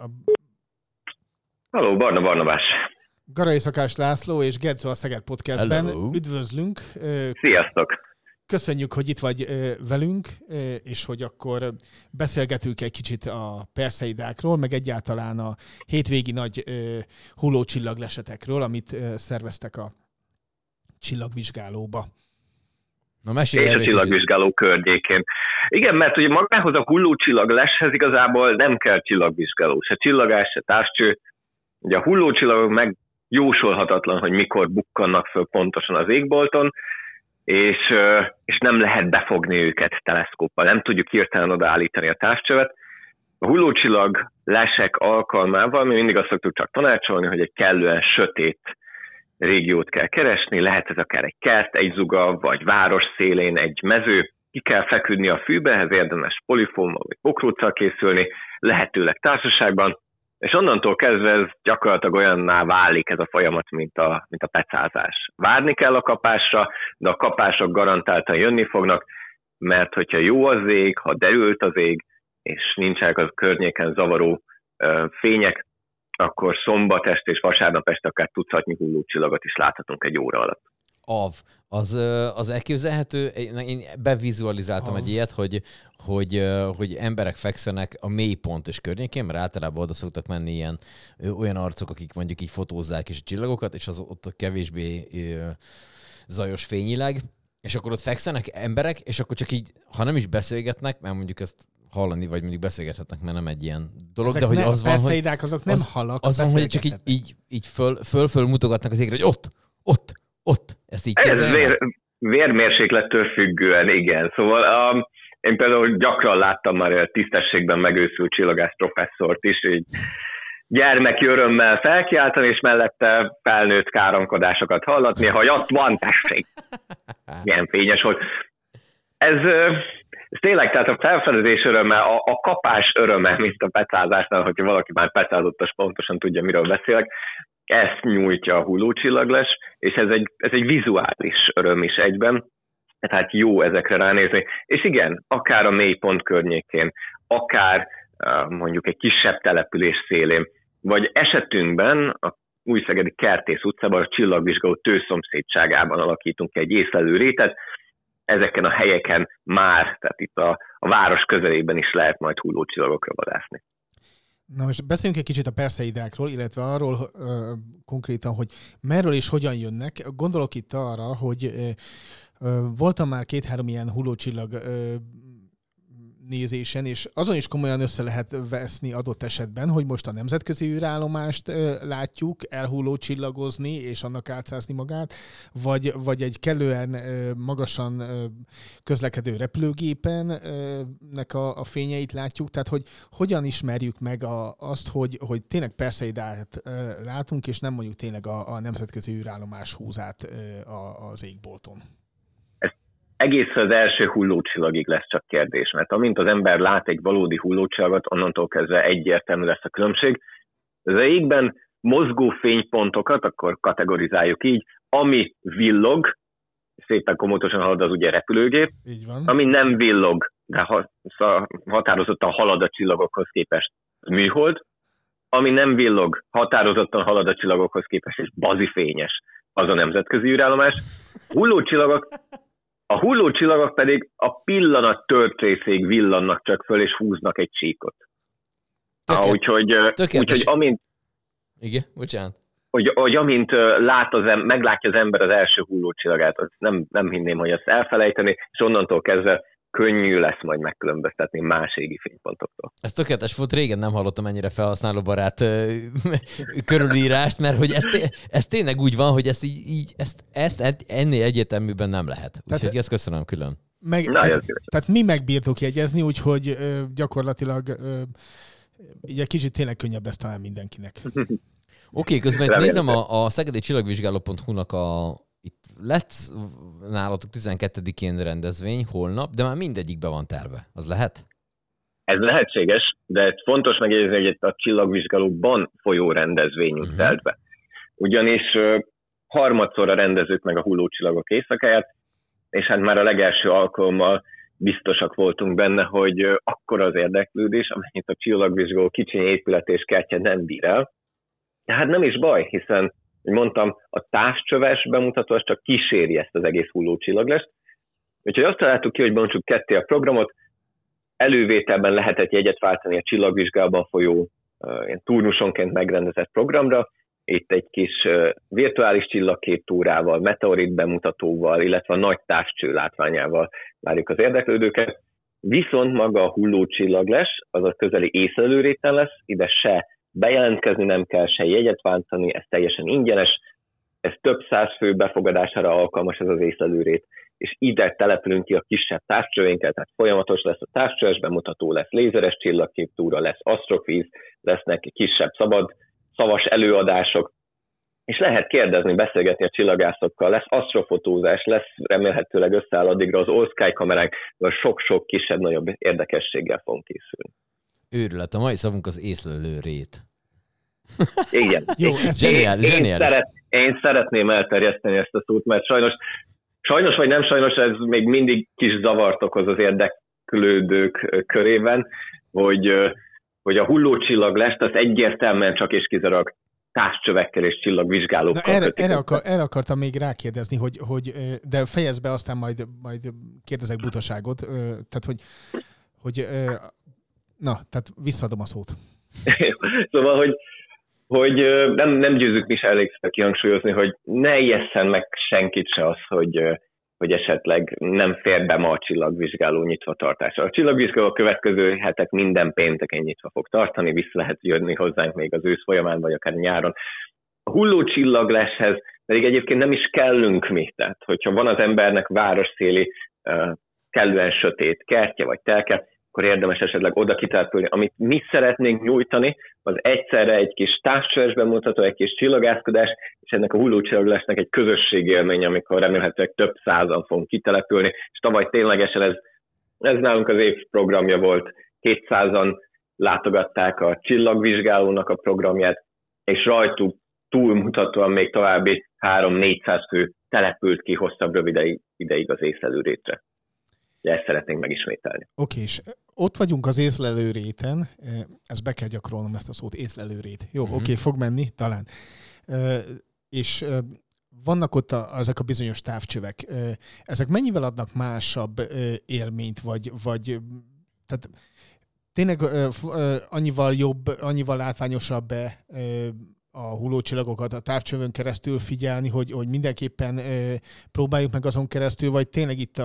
Halló, Barna Barnabás. Garai Szakás László és Gedzo a Szeged Podcastben. Hello. Üdvözlünk. Sziasztok! Köszönjük, hogy itt vagy velünk, és hogy akkor beszélgetünk egy kicsit a Perseidákról, meg egyáltalán a hétvégi nagy hullócsillaglesetekről, amit szerveztek a csillagvizsgálóba. Na, mesélj és a csillagvizsgáló környékén. Igen, mert ugye magához a hullócsillagleshez igazából nem kell csillagvizsgáló, se csillagás, se távcső. Ugye a hullócsillagok meg jósolhatatlan, hogy mikor bukkannak föl pontosan az égbolton, és nem lehet befogni őket teleszkóppal, nem tudjuk hirtelen odaállítani a távcsövet. A hullócsillag lesek alkalmával mi mindig azt szoktuk csak tanácsolni, hogy egy kellően sötét régiót kell keresni, lehet ez akár egy kert, egy zuga, vagy város szélén egy mező, ki kell feküdni a fűbe, ehhez érdemes polifómmal vagy pokróccal készülni, lehetőleg társaságban, és onnantól kezdve ez gyakorlatilag olyanná válik ez a folyamat, mint a pecázás. Várni kell a kapásra, de a kapások garantáltan jönni fognak, mert hogyha jó az ég, ha derült az ég, és nincsenek az környéken zavaró fények, akkor szombat este és vasárnap este akár tucatnyi hullócsillagot is láthatunk egy óra alatt. Az elképzelhető, én bevizualizáltam egy ilyet, hogy emberek fekszenek a mélypontos környékén, mert általában oda szoktak menni olyan arcok, akik mondjuk így fotózzák is a csillagokat, és az ott kevésbé zajos fényileg, és akkor ott fekszenek emberek, és akkor csak így, ha nem is beszélgetnek, mert mondjuk ezt hallani, vagy mondjuk beszélgethetnek, mert nem egy ilyen dolog, ezek de hogy az van, hogy... azok nem halak, az van, hogy csak így föl mutogatnak az égre, hogy ott. Ezt így ez vérmérséklettől függően, igen. Szóval én például gyakran láttam már tisztességben megőszült csillagász professzort is, így gyermeki örömmel felkiáltani, és mellette felnőtt káromkodásokat hallatni, hogy ott van, tessék. Milyen fényes volt. Ez tényleg, tehát a felfedezés öröme, a kapás öröme, mint a pecázásnál, hogyha valaki már pecázott, az pontosan tudja, miről beszélek, ezt nyújtja a hullócsillagles, és ez egy vizuális öröm is egyben, tehát jó ezekre ránézni. És igen, akár a mélypont környékén, akár mondjuk egy kisebb település szélén, vagy esetünkben a Újszegedi Kertész utcában, a csillagvizsgáló tőszomszédságában alakítunk egy észlelő rétet, ezeken a helyeken már, tehát itt a város közelében is lehet majd hullócsillagokra vadászni. Na most beszéljünk egy kicsit a Perseidákról, illetve arról konkrétan, hogy merről és hogyan jönnek. Gondolok itt arra, hogy voltam már 2-3 ilyen hullócsillag nézésen, és azon is komolyan össze lehet veszni adott esetben, hogy most a nemzetközi űrállomást látjuk elhulló csillagozni, és annak átszászni magát, vagy egy kellően magasan közlekedő repülőgépennek a fényeit látjuk, tehát hogy hogyan ismerjük meg azt, hogy tényleg Perseidát látunk, és nem mondjuk tényleg a nemzetközi űrállomás húzát az égbolton. Egészen az első hullócsillagig lesz csak kérdés, mert amint az ember lát egy valódi hullócsillagot, onnantól kezdve egyértelmű lesz a különbség. Az égben mozgó fénypontokat, akkor kategorizáljuk így, ami villog, szépen komótosan halad az ugye repülőgép, így van. Ami nem villog, de határozottan halad a csillagokhoz képest műhold, ami nem villog, határozottan halad a csillagokhoz képest, és bazifényes, az a nemzetközi űrállomás. A hullócsillagok pedig a pillanat törtészéig villannak csak föl, és húznak egy csíkot. Úgyhogy amint... Igen, bocsánat. Hogy amint meglátja az ember az első hullócsillagát, az nem hinném, hogy ezt elfelejteni, és onnantól kezdve könnyű lesz majd megkülönböztetni más égi fénypontoktól. Ez tökéletes volt, régen nem hallottam ennyire felhasználóbarát körülírást, mert hogy ez tényleg úgy van, hogy ezt ennél egyértelműbben nem lehet. Úgyhogy ezt köszönöm külön. Tehát mi megbírtuk jegyezni, úgyhogy gyakorlatilag így egy kicsit tényleg könnyebb lesz talán mindenkinek. Oké, közben nézem a szegedi csillagvizsgáló.hu-nak itt lesz nálatok 12-én rendezvény, holnap, de már mindegyikbe van terve. Az lehet? Ez lehetséges, de fontos megjegyezni, hogy itt a csillagvizsgálóban folyó rendezvényünk telt be. Ugyanis harmadszorra rendezzük meg a hullócsillagok éjszakáját, és hát már a legelső alkalommal biztosak voltunk benne, hogy akkora az érdeklődés, amennyit a csillagvizsgáló kicsiny épület és kertje nem bír el. De hát nem is baj, hiszen, hogy mondtam, a távcsöves bemutató az csak kíséri ezt az egész hullócsillaglest. Úgyhogy azt találtuk ki, hogy bontsuk ketté a programot, elővételben lehetett jegyet váltani a csillagvizsgálóban folyó ilyen turnusonként megrendezett programra. Itt egy kis virtuális csillagképtúrával, meteorit bemutatóval, illetve a nagy távcső látványával várjuk az érdeklődőket. Viszont maga a hullócsillaglés, az a közeli észlelőréten lesz, ide se bejelentkezni nem kell, se jegyet váltani, ez teljesen ingyenes, ez több száz fő befogadására alkalmas ez az észlelőrét, és ide települünk ki a kisebb távcsövénkkel, tehát folyamatos lesz a távcsöves bemutató, lesz lézeres csillagképtúra, lesz asztrokvíz, lesznek kisebb szavas előadások, és lehet kérdezni, beszélgetni a csillagászokkal, lesz asztrofotózás, lesz remélhetőleg összeáll addigra az All Sky kameránk, sok-sok kisebb-nagyobb érdekességgel fogunk készülni. Őrület, a mai szavunk az észlelőrét. Igen. Jó, ez zseniális. Én szeretném elterjeszteni ezt a szót, mert sajnos vagy nem sajnos, ez még mindig kis zavart okoz az érdeklődők körében, hogy a hullócsillaglest az egyértelműen csak és kizárólag távcsövekkel és csillagvizsgálókkal. Erre akartam még rákérdezni, de fejezd be, aztán majd kérdezek butaságot. Tehát visszaadom a szót. Szóval, hogy nem győzünk is elégszer kihangsúlyozni, hogy ne ijesszen meg senkit se az, hogy esetleg nem fér be ma a csillagvizsgáló nyitvatartása. A csillagvizsgáló a következő hetek minden pénteken nyitva fog tartani, vissza lehet jönni hozzánk még az ősz folyamán, vagy akár nyáron. A hullócsillagláshez pedig egyébként nem is kellünk mi. Tehát, hogyha van az embernek városszéli, kellően sötét kertje vagy telke, akkor érdemes esetleg oda kitelepülni. Amit mi szeretnénk nyújtani, az egyszerre egy kis távcsöves bemutató, egy kis csillagászkodás, és ennek a hullócsillaglásnak egy közösségélmény, amikor remélhetőleg több százan fogunk kitelepülni, és tavaly ténylegesen ez nálunk az év programja volt, 200-an látogatták a csillagvizsgálónak a programját, és rajtuk túlmutatóan még további 300-400 fő települt ki hosszabb, rövid ideig az észlelőrétre. Ezt szeretnénk megismételni. Oké, és ott vagyunk az észlelőréten, ezt be kell gyakorolnom, ezt a szót, észlelőrét. Jó, oké, fog menni, talán. És vannak ott ezek a bizonyos távcsövek. Ezek mennyivel adnak másabb élményt, vagy tehát tényleg annyival jobb, annyival látványosabb a hullócsillagokat a távcsövön keresztül figyelni, hogy mindenképpen próbáljuk meg azon keresztül, vagy tényleg itt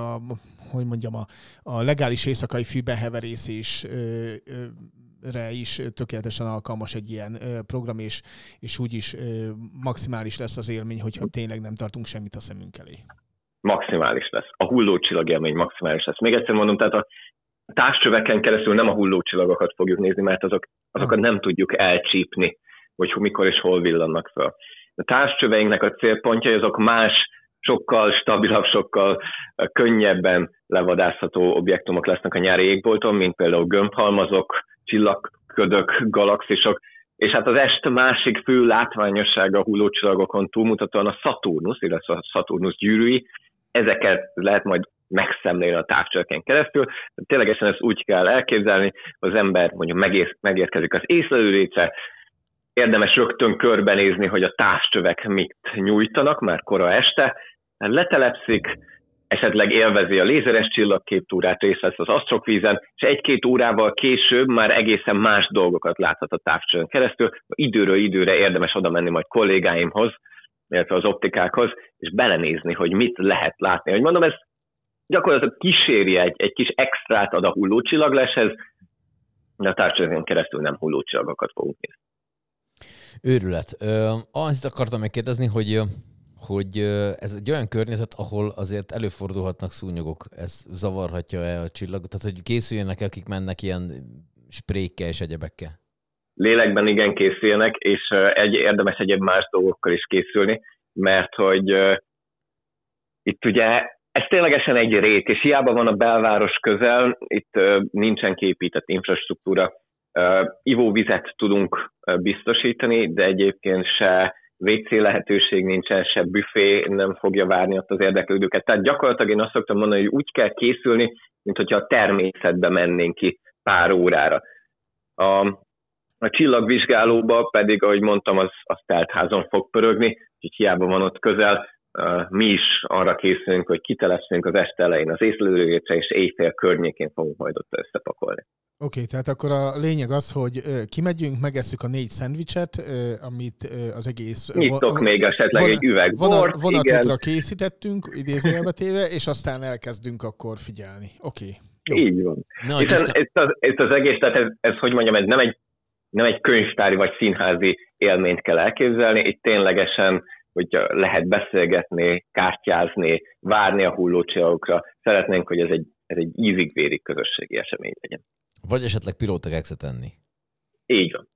a legális éjszakai fűbeheverészésre is tökéletesen alkalmas egy ilyen program, és úgyis maximális lesz az élmény, hogyha tényleg nem tartunk semmit a szemünk elé. Maximális lesz. A hullócsillag élmény maximális lesz. Még egyszer mondom, tehát a távcsöveken keresztül nem a hullócsillagokat fogjuk nézni, mert azokat nem tudjuk elcsípni, hogy mikor és hol villannak fel. A távcsöveinknek a célpontjai azok más, sokkal stabilabb, sokkal könnyebben levadászható objektumok lesznek a nyári égbolton, mint például gömbhalmazok, csillagködök, galaxisok, és hát az est másik fő látványossága a hullócsillagokon túlmutatóan a Szaturnusz, illetve a Szaturnusz gyűrűi, ezeket lehet majd megszemlélni a távcsöveken keresztül. Ténylegesen ezt úgy kell elképzelni, az ember mondjuk megérkezik az észlelőrétre, érdemes rögtön körbenézni, hogy a távcsövek mit nyújtanak, már kora este, letelepszik, esetleg élvezi a lézeres csillagképtúrát, részt vesz az asztrokvízen, és 1-2 órával később már egészen más dolgokat láthat a távcsövön keresztül. Időről időre érdemes oda menni majd kollégáimhoz, illetve az optikákhoz, és belenézni, hogy mit lehet látni. Hogy mondom, ez gyakorlatilag kíséri, egy kis extrát ad a hullócsillagleshez, de a távcsőzen keresztül nem hullócsillagokat fogunk nézni. Őrület. Azt akartam megkérdezni, hogy ez egy olyan környezet, ahol azért előfordulhatnak szúnyogok. Ez zavarhatja-e a csillagot? Tehát, hogy készüljenek, akik mennek ilyen sprékkel és egyebekkel? Lélekben igen készüljenek, és érdemes egyéb más dolgokkal is készülni, mert hogy itt ugye ez ténylegesen egy rét, és hiába van a belváros közel, itt nincsen kiépített infrastruktúra. Ivóvizet tudunk biztosítani, de egyébként se WC lehetőség nincsen, se büfé nem fogja várni ott az érdeklődőket. Tehát gyakorlatilag én azt szoktam mondani, hogy úgy kell készülni, mint hogyha a természetbe mennénk ki pár órára. A csillagvizsgálóba pedig, ahogy mondtam, az teltházon fog pörögni, úgyhogy hiába van ott közel, mi is arra készülünk, hogy kitelepszünk az este elején az észlelőgépre, és éjfél környékén fogunk majd ott összepakolni. Oké, tehát akkor a lényeg az, hogy kimegyünk, megesszük a 4 szendvicset, amit az egész... Nyitok még esetleg egy üveg bort, vonatokra készítettünk, idézőjelbe téve, és aztán elkezdünk akkor figyelni. Oké. Így van. Itt az egész, tehát ez hogy mondjam, ez nem egy könyvtári vagy színházi élményt kell elképzelni, itt ténylegesen, hogy lehet beszélgetni, kártyázni, várni a hullócsillagokra. Szeretnénk, hogy ez egy ízig-vérig közösségi esemény legyen. Vagy esetleg pilótakekszet enni. Így van.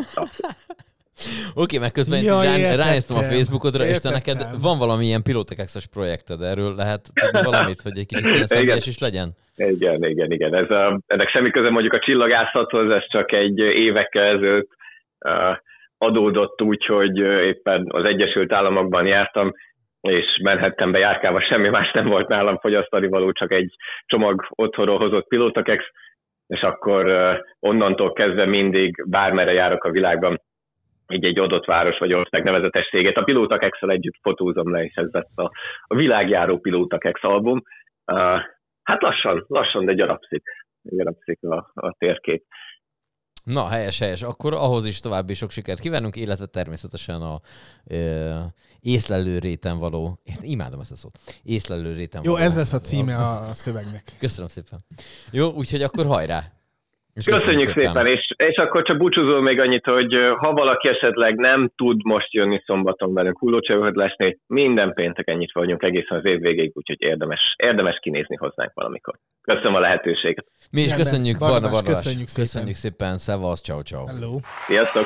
Oké, meg közben ránéztem a Facebookodra, és te neked van valamilyen pilótakekszes projekted, erről lehet tudni valamit, hogy egy kicsit ilyen személyes is legyen? Igen. Ennek semmi köze mondjuk a csillagászathoz, ez csak egy évekkel ezelőtt adódott úgy, hogy éppen az Egyesült Államokban jártam, és Manhattanbe járkálva semmi más nem volt nálam fogyasztani való, csak egy csomag otthonról hozott pilótakeksz, és akkor onnantól kezdve mindig bármerre járok a világban, így egy adott város vagy ország nevezetes céget. A pilótakekszsel együtt fotózom le, és ez lett a világjáró pilótakeksz album. Hát lassan, de gyarapszik a térkép. Na, helyes. Akkor ahhoz is további sok sikert kívánunk, illetve természetesen a észlelő réten való, én imádom ezt a szót, észlelő réten való. Jó, ez lesz a címe a szövegnek. Köszönöm szépen. Jó, úgyhogy akkor hajrá! Köszönjük szépen, és akkor csak búcsúzol még annyit, hogy ha valaki esetleg nem tud most jönni szombaton velünk hullócsillagokat lesni, minden pénteken nyitva vagyunk egészen az év végéig, úgyhogy érdemes kinézni hozzánk valamikor. Köszönöm a lehetőséget. Mi is köszönjük, Barna Barnabás. Köszönjük szépen, szevasz, ciao. Hello. Sziasztok!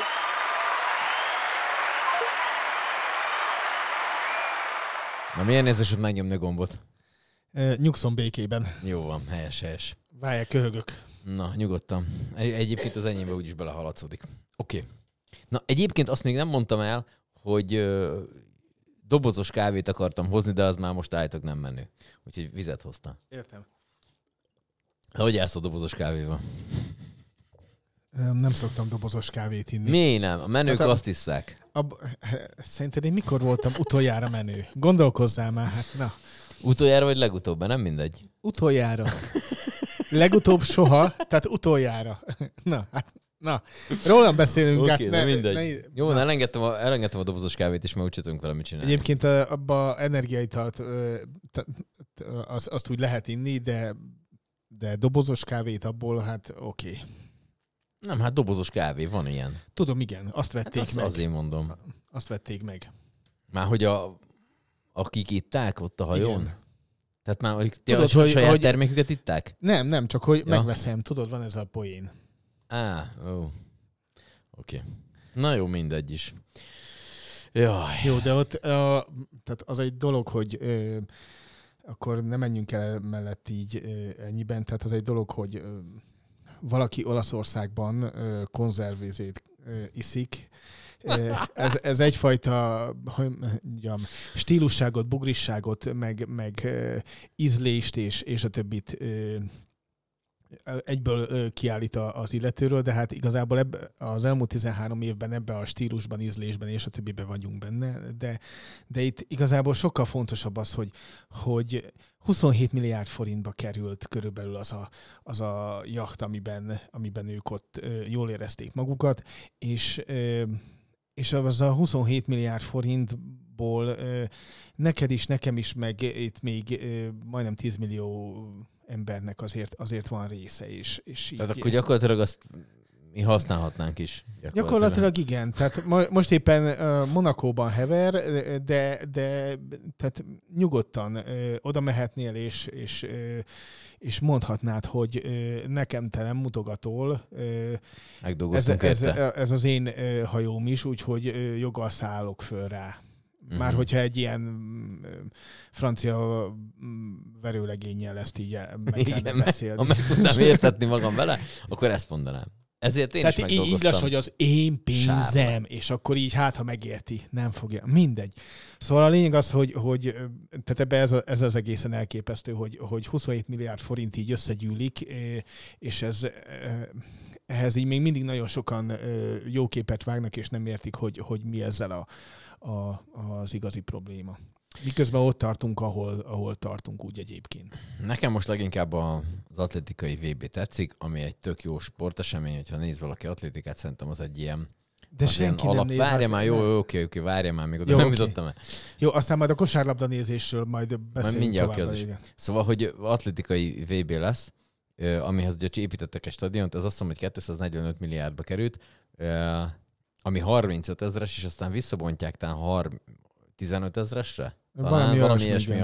Na, milyen érzés, hogy megnyomni a gombot? Nyugszom békében. Jó van, helyes. Várják, köhögök. Na, nyugodtan. Egyébként az enyémbe úgyis belehaladszódik. Oké. Na, egyébként azt még nem mondtam el, hogy dobozos kávét akartam hozni, de az már most állítok nem menő. Úgyhogy vizet hoztam. Értem. Hogy állsz a dobozos kávéval? Nem szoktam dobozos kávét inni. Mi nem? A menők azt isszák. Szerinted én mikor voltam utoljára menő? Gondolkozzál már, hát na. Utoljára vagy legutóbb? Nem mindegy. Utoljára. Legutóbb soha, tehát utoljára. Na. Rólam beszélünk. Oké, mindegy. Jó, elengedtem a dobozos kávét is, mert úgy tudunk vele mit csinálni. Egyébként abba energiaitalt azt úgy lehet inni, de dobozos kávét abból, hát oké. Nem, hát dobozos kávé, van ilyen. Tudom, igen, azt vették meg. Azért mondom. Azt vették meg. Már hogy akik itták ott a hajón? Igen. Tehát már tudod, hogy saját terméküket itták? Nem, csak hogy megveszem. Tudod, van ez a poén. Oké. Na jó, mindegy is. Jaj. Jó, de ott tehát az egy dolog, hogy akkor nem menjünk el mellett így ennyiben. Tehát az egy dolog, hogy valaki Olaszországban konzervézét iszik. Ez egyfajta stílusságot, bugrisságot, meg ízlést és a többit egyből kiállít az illetőről, de hát igazából az elmúlt 13 évben ebben a stílusban, ízlésben és a többiben vagyunk benne, de itt igazából sokkal fontosabb az, hogy 27 milliárd forintba került körülbelül az a jacht, amiben ők ott jól érezték magukat, és És az a 27 milliárd forintból neked is, nekem is, meg itt még majdnem 10 millió embernek azért van része is. És Tehát így, akkor gyakorlatilag azt mi használhatnánk is. Gyakorlatilag igen. Tehát most éppen Monakóban hever, de tehát nyugodtan oda mehetnél, és mondhatnád, hogy nekem te nem mutogatol. Megdolgoztunk ez az én hajóm is, úgyhogy joggal szállok föl rá. Már hogyha egy ilyen francia verőlegénnyel ezt így meg kellene beszélni. Ha meg tudnám értetni magam vele, akkor ezt mondanám. Ezért én is megdolgoztam. Így lesz, hogy az én pénzem, sárba. És akkor így ha megérti, nem fogja. Mindegy. Szóval a lényeg az, hogy tehát ebbe ez az egészen elképesztő, hogy 27 milliárd forint így összegyűlik, és ehhez így még mindig nagyon sokan jó képet vágnak, és nem értik, hogy mi ezzel az igazi probléma. Miközben ott tartunk, ahol tartunk úgy egyébként. Nekem most leginkább az atlétikai VB tetszik, ami egy tök jó sportesemény, hogyha néz valaki atlétikát, szerintem az egy ilyen, de senki nem néz. Várja már, jó, oké, várja már, még oda nem jutottam el. Jó, aztán majd a kosárlabda nézésről majd beszélünk tovább. Szóval, hogy atlétikai VB lesz, amihez ugye építettek egy stadiont, ez azt mondom, hogy 245 milliárdba került, ami 35 000-es, és aztán visszabontják talán 15 000-esre? Valami ilyesmi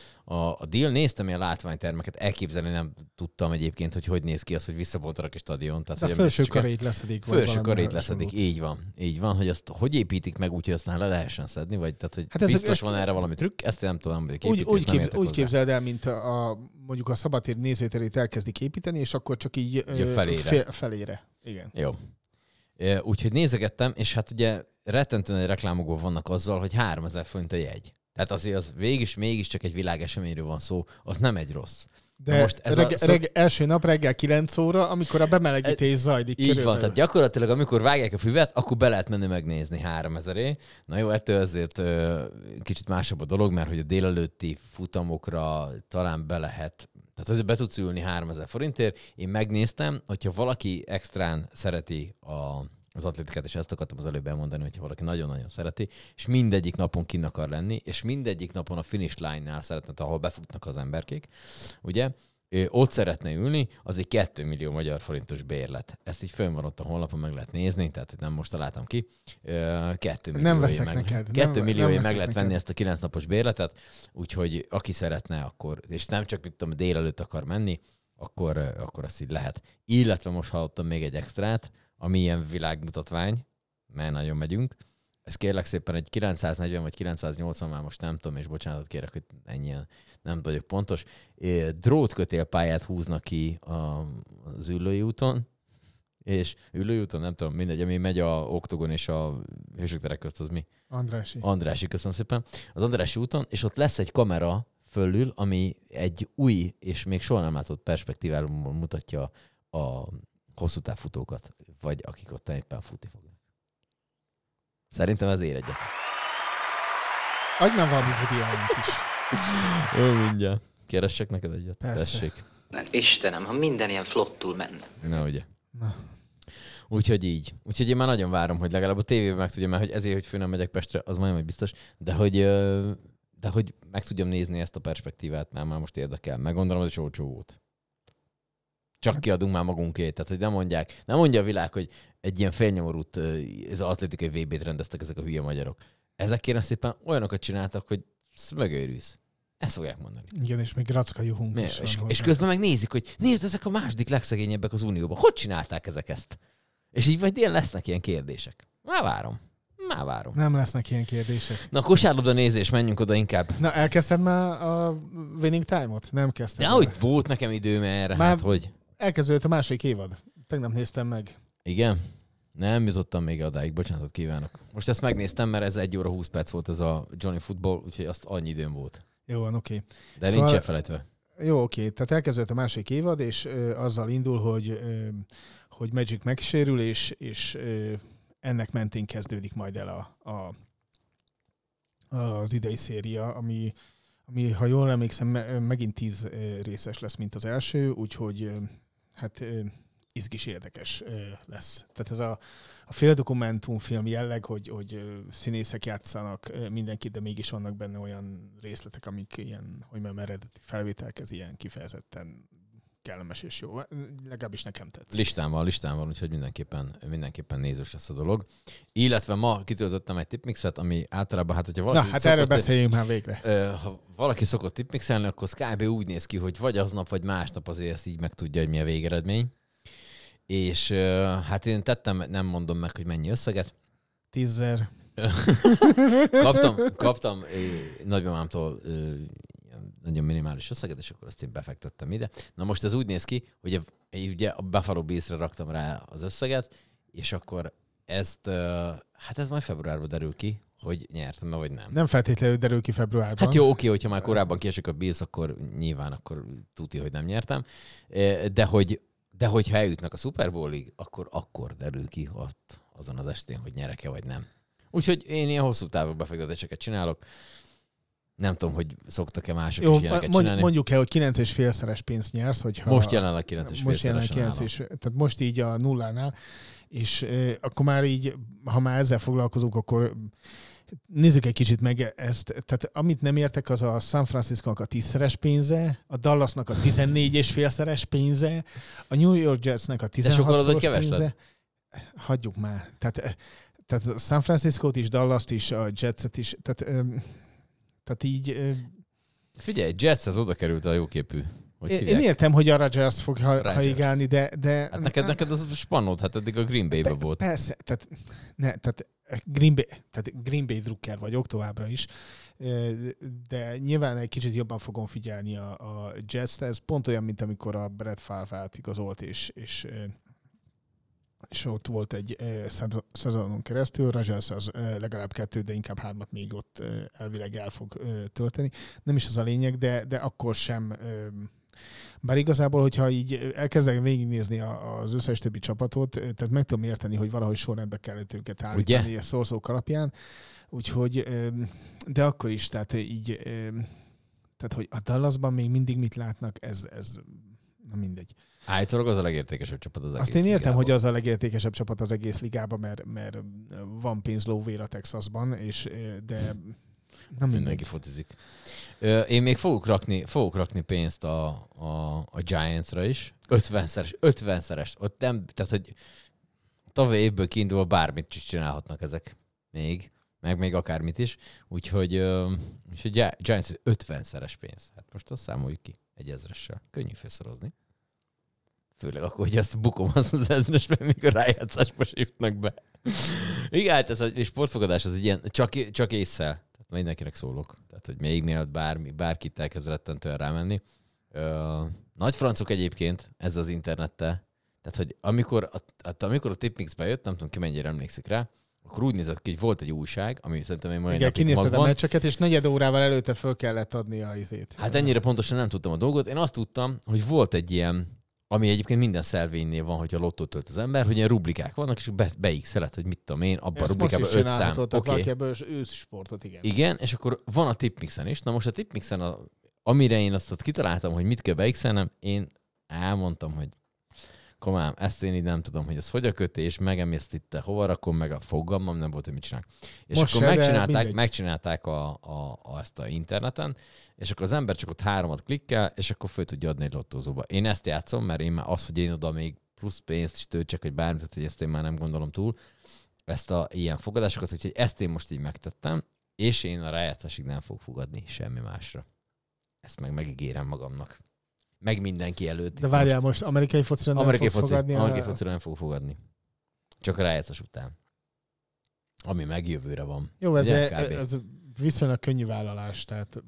a deal. Néztem ilyen látványtermeket, elképzelni nem tudtam egyébként, hogy néz ki az, hogy visszabontanak egy stadion. Tehát, de a felső karét leszedik. Felső karét leszedik, így van, hogy azt hogy építik meg úgy, hogy aztán le lehessen szedni, vagy tehát, hogy hát biztos van erre valami trükk, ezt én nem tudom, hogy úgy képzeld el, mint mondjuk a szabadtér nézőterét elkezdik építeni, és akkor csak így felére. Igen. Jó. Úgyhogy nézegettem, és hát ugye rettentően nagy reklámokban vannak azzal, hogy 3000 forint a jegy. Tehát azért az mégis csak egy világeseményről van szó, az nem egy rossz. De most ez első nap reggel 9 óra, amikor a bemelegítés zajlik. Így van, tehát gyakorlatilag amikor vágják a füvet, akkor be lehet menni megnézni 3000-é. Na jó, ettől azért kicsit másabb a dolog, mert hogy a délelőtti futamokra talán be lehet, tehát hogy be tudsz ülni 3000 forintért. Én megnéztem, hogyha valaki extrán szereti az atlétikát, és ezt akartam az előbb elmondani, hogyha valaki nagyon-nagyon szereti, és mindegyik napon kinn akar lenni, és mindegyik napon a finish line-nál szeretne, ahol befutnak az emberkék, ugye, ott szeretne ülni, az egy 2 millió magyar forintos bérlet. Ezt így fönn van ott a honlapon, meg lehet nézni, tehát nem most találtam ki. 2 millióért meg lehet venni ezt a 9 napos bérletet, úgyhogy aki szeretne, akkor, és nem csak délelőtt akar menni, akkor azt így lehet. Illetve most hallottam még egy extrát, ami ilyen világmutatvány, mert nagyon megyünk. Ez kérlek szépen egy 940 vagy 980, már most nem tudom, és bocsánatot kérek, hogy ennyien nem vagyok pontos. Drótkötélpályát húznak ki az Üllői úton, és Üllői úton, nem tudom, mindegy, ami megy a Oktogon és a Hősök terek közt, az mi? Andrássy, köszönöm szépen. Az Andrássy úton, és ott lesz egy kamera fölül, ami egy új és még soha nem látott perspektíváról mutatja a hosszú távfutókat, vagy akik ott éppen futni fognak. Szerintem ez ér egyet. Adj már valami Woody Allen-t is. Jó, mindjárt. Keressek neked egyet? Persze. Tessék. Istenem, ha minden ilyen flottul menne. Na, ugye. Na. Úgyhogy így. Úgyhogy én már nagyon várom, hogy legalább a tévében meg tudjam, mert hogy ezért, hogy fő nem megyek Pestre, az majdnem, hogy biztos, de hogy meg tudjam nézni ezt a perspektívát, mert már most érdekel. Meg gondolom, hogy olcsó volt. Csak kiadunk már magunkét. Tehát, hogy nem mondja a világ, hogy egy ilyen félnyomorút, ez az atlétikai VB-t rendeztek ezek a hülye magyarok. Ezek kérem szépen olyanokat csináltak, hogy megőrülsz. Ezt fogják mondani. Igen, és még racka juhunk is. És közben meg nézik, hogy nézd, ezek a második legszegényebbek az Unióban. Hogy csinálták ezek ezt? És így majd ilyen lesznek ilyen kérdések. Már várom. Nem lesznek ilyen kérdések. Na, kosárlabda nézés, menjünk oda inkább. Na, elkezdted már a winning time-ot? Nem kezdtem. De hogy volt nekem időm erre, már hát hogy? Elkezdődött a második évad. Tegnap néztem meg. Igen? Nem jutottam még odáig, bocsánatot kívánok. Most ezt megnéztem, mert ez 1 óra 20 perc volt ez a Johnny Football, úgyhogy azt annyi időm volt. Jó van, oké. De szóval nincs elfelejtve. Jó, oké. Tehát elkezdődött a második évad, és azzal indul, hogy Magic megsérül, és ennek mentén kezdődik majd el az idei széria, ami, ha jól emlékszem, megint 10 részes lesz, mint az első, úgyhogy hát izgis érdekes lesz. Tehát ez a féldokumentumfilm jelleg, hogy színészek játszanak mindenkit, de mégis vannak benne olyan részletek, amik ilyen, hogy mondjam, eredeti felvételkez, ilyen kifejezetten kellemes és jó. Legalábbis nekem tetszik. Listán van, úgyhogy mindenképpen nézős lesz a dolog. Illetve ma kitöltöttem egy tipmixet, ami általában, hát hogyha valaki... Na, hát erről beszéljünk már végre. Ha valaki szokott tipmixelni, akkor kb. Úgy néz ki, hogy vagy aznap, vagy másnap azért ezt így megtudja, hogy mi a végeredmény. És hát én tettem, nem mondom meg, hogy mennyi összeget. 10 000. Kaptam nagymamámtól nagyon minimális összeget, és akkor azt én befektettem ide. Na most ez úgy néz ki, hogy ugye a Buffalo Bills-re raktam rá az összeget, és akkor ezt, hát ez majd februárban derül ki, hogy nyertem, vagy nem. Nem feltétlenül derül ki februárban. Hát jó, oké, hogyha már korábban kiesik a Bills, akkor nyilván akkor tuti, hogy nem nyertem. De hogyha eljutnak a Super Bowl-ig, akkor derül ki ott azon az estén, hogy nyerek-e vagy nem. Úgyhogy én ilyen hosszú távú befektetéseket csinálok. Nem tudom, hogy szoktak-e mások is ilyeneket csinálni. Mondjuk el, hogy 9,5-szeres pénzt nyersz, hogyha... Most jelenleg 9,5-szeresen tehát most így a nullánál, és akkor már így, ha már ezzel foglalkozunk, akkor nézzük egy kicsit meg ezt. Tehát amit nem értek, az a San Francisco-nak a 10-szeres pénze, a Dallasnak a 14,5-szeres pénze, a New York Jetsnek a 16-szoros pénze. Hagyjuk már. Tehát a San Francisco-t is, Dallast is, a Jetset is, tehát így... Figyelj, Jets, ez oda került a jóképű. Én értem, hogy a Rodgers fog haigálni, de... Hát neked az spannod, hát eddig a Green Bay-ben volt. Persze, tehát Green Bay drukker vagyok továbbra is, de nyilván egy kicsit jobban fogom figyelni a Jets-t. Ez pont olyan, mint amikor a Brett Favre átigazolt, és ott volt egy szezonon keresztül, Rodgers az legalább 2, de inkább 3 még ott elvileg el fog tölteni. Nem is az a lényeg, de akkor sem. Bár igazából, hogyha így elkezdek végignézni az összes többi csapatot, tehát meg tudom érteni, hogy valahogy sorrendbe kellett őket állítani a szorzók alapján. Úgyhogy, de akkor is, tehát így, tehát hogy a Dallasban még mindig mit látnak, ez na mindegy. Állítólag az a legértékesebb csapat az egész Azt én értem, ligában. hogy az a legértékesebb csapat az egész ligában, mert van pénz lóvér a Texasban, de nem mindenki focizik. Én még fogok rakni pénzt a Giantsra is. 50-szeres. Ott nem, tehát, hogy tavaly évből kiindulva bármit is csinálhatnak ezek még, meg még akármit is. Úgyhogy Giants 50-szeres pénz. Hát most azt számoljuk ki 1000-essel. Könnyű felszorozni. Főleg akkor, hogy ezt bukom az 1000-esben, mikor rájátszásba jutnak be. Igen, hát ez a sportfogadás az egy ilyen, csak ésszel. Tehát mindenkinek szólok. Tehát, hogy még mielőtt bárkit elkezd rettentően rámenni. Nagy francok egyébként, ez az internettel. Tehát, hogy amikor a Tipmix bejött, nem tudom ki mennyire emlékszik rá, akkor úgy nézett ki, hogy volt egy újság, ami szerintem egy mai napig kinézted a meccseket, és 4 órával előtte föl kellett adni a izét. Hát ennyire pontosan nem tudtam a dolgot. Én azt tudtam, hogy volt egy ilyen, ami egyébként minden szelvénynél van, hogyha lottót tölt az ember, hogy ilyen rubrikák vannak, és beixelet, hogy mit tudom én, abban a rubrikában 5 szám. Valaki ebből őszsportot, igen. Igen, és akkor van a Tipmixen is. Na most a Tipmixen, amire én azt kitaláltam, hogy mit kell beixelnem, én elmondtam, hogy komám, ezt én így nem tudom, hogy ez hogy a kötés, megemésztitte, hova rakom, meg a fogalmam nem volt, hogy mit csinálnak. És most akkor megcsinálták ezt a interneten, és akkor az ember csak ott 3 klikkel, és akkor föl tudja adni egy lottózóba. Én ezt játszom, mert én már az, hogy én oda még plusz pénzt is töltsek, vagy bármit, tehát, hogy ezt én már nem gondolom túl, ezt a ilyen fogadásokat, úgyhogy ezt én most így megtettem, és én a rájátszásig nem fogok fogadni semmi másra. Ezt megígérem magamnak. Meg mindenki előtt. De várjál, most amerikai focira nem fogsz fogadni? Amerikai focira nem fogok fogadni. Csak a rájátszás után. Ami meg jövőre van. Jó, ez viszonylag könnyű vállalás, tehát...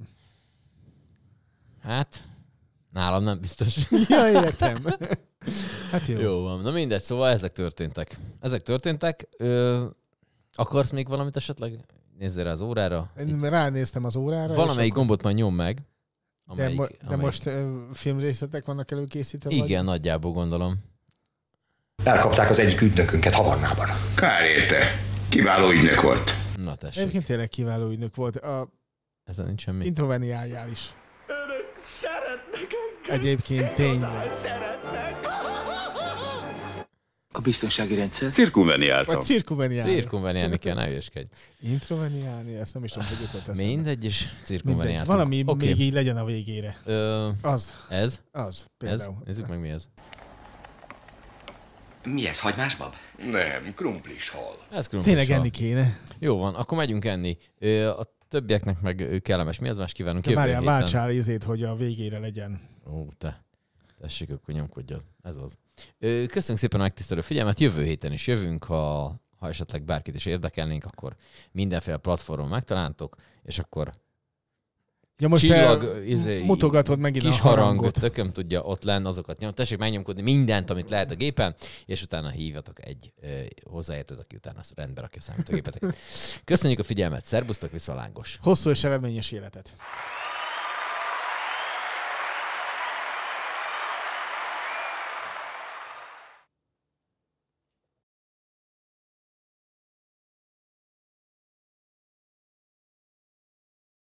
Hát, nálam nem biztos. Ja, értem. Hát jó. Jó van. Na mindegy, szóval ezek történtek. Akarsz még valamit esetleg? Nézzél rá az órára. Én ránéztem az órára. Valamelyik gombot majd nyom meg. De most filmrészletek vannak előkészítve? Igen, nagyjából gondolom. Elkapták az egyik ügynökünket Havannában. Kár érte. Kiváló ügynök volt. Na tessék. Egyébként tényleg kiváló ügynök volt. Ezen nincs semmi. Introveniáljál is. Önök szeretnek engem. Egyébként tényleg. Szeretnek. A biztonsági rendszer? Cirkumveniáltam. Vagy cirkumveniálni. Cirkumveniálni kell, ne hülyeskedj. Introveniálni, ezt nem is tudom, hogy jutott eszembe. Mindegy, és cirkumveniáltunk. Valami még így legyen a végére. Az. Ez? Az, például. Ez? Nézzük meg, mi ez. Mi ez, hagymásbab? Nem, krumplis hal. Ez krumplis Tényleg hal. enni kéne. Jó van, akkor megyünk enni. A többieknek meg kellemes. Mi az más kívánunk De jövő várjál, héten? váltsál izét, hogy a végére legyen. Ó, tessék, akkor nyomkodjad. Ez az. Köszönjük szépen a megtisztelő figyelmet. Jövő héten is jövünk, ha esetleg bárkit is érdekelnénk, akkor mindenféle platformon megtaláltok, és akkor ja, most csillag, mutogatod megint kis a harangot. harang, tököm tudja ott lenn, azokat nyom. Tessék megnyomkodni mindent, amit lehet a gépen, és utána hívjatok egy hozzáértőt, aki utána rendbe rakja a számítógépeteket. Köszönjük a figyelmet, szerbusztok, viszont lángos. Hosszú és eredményes életet.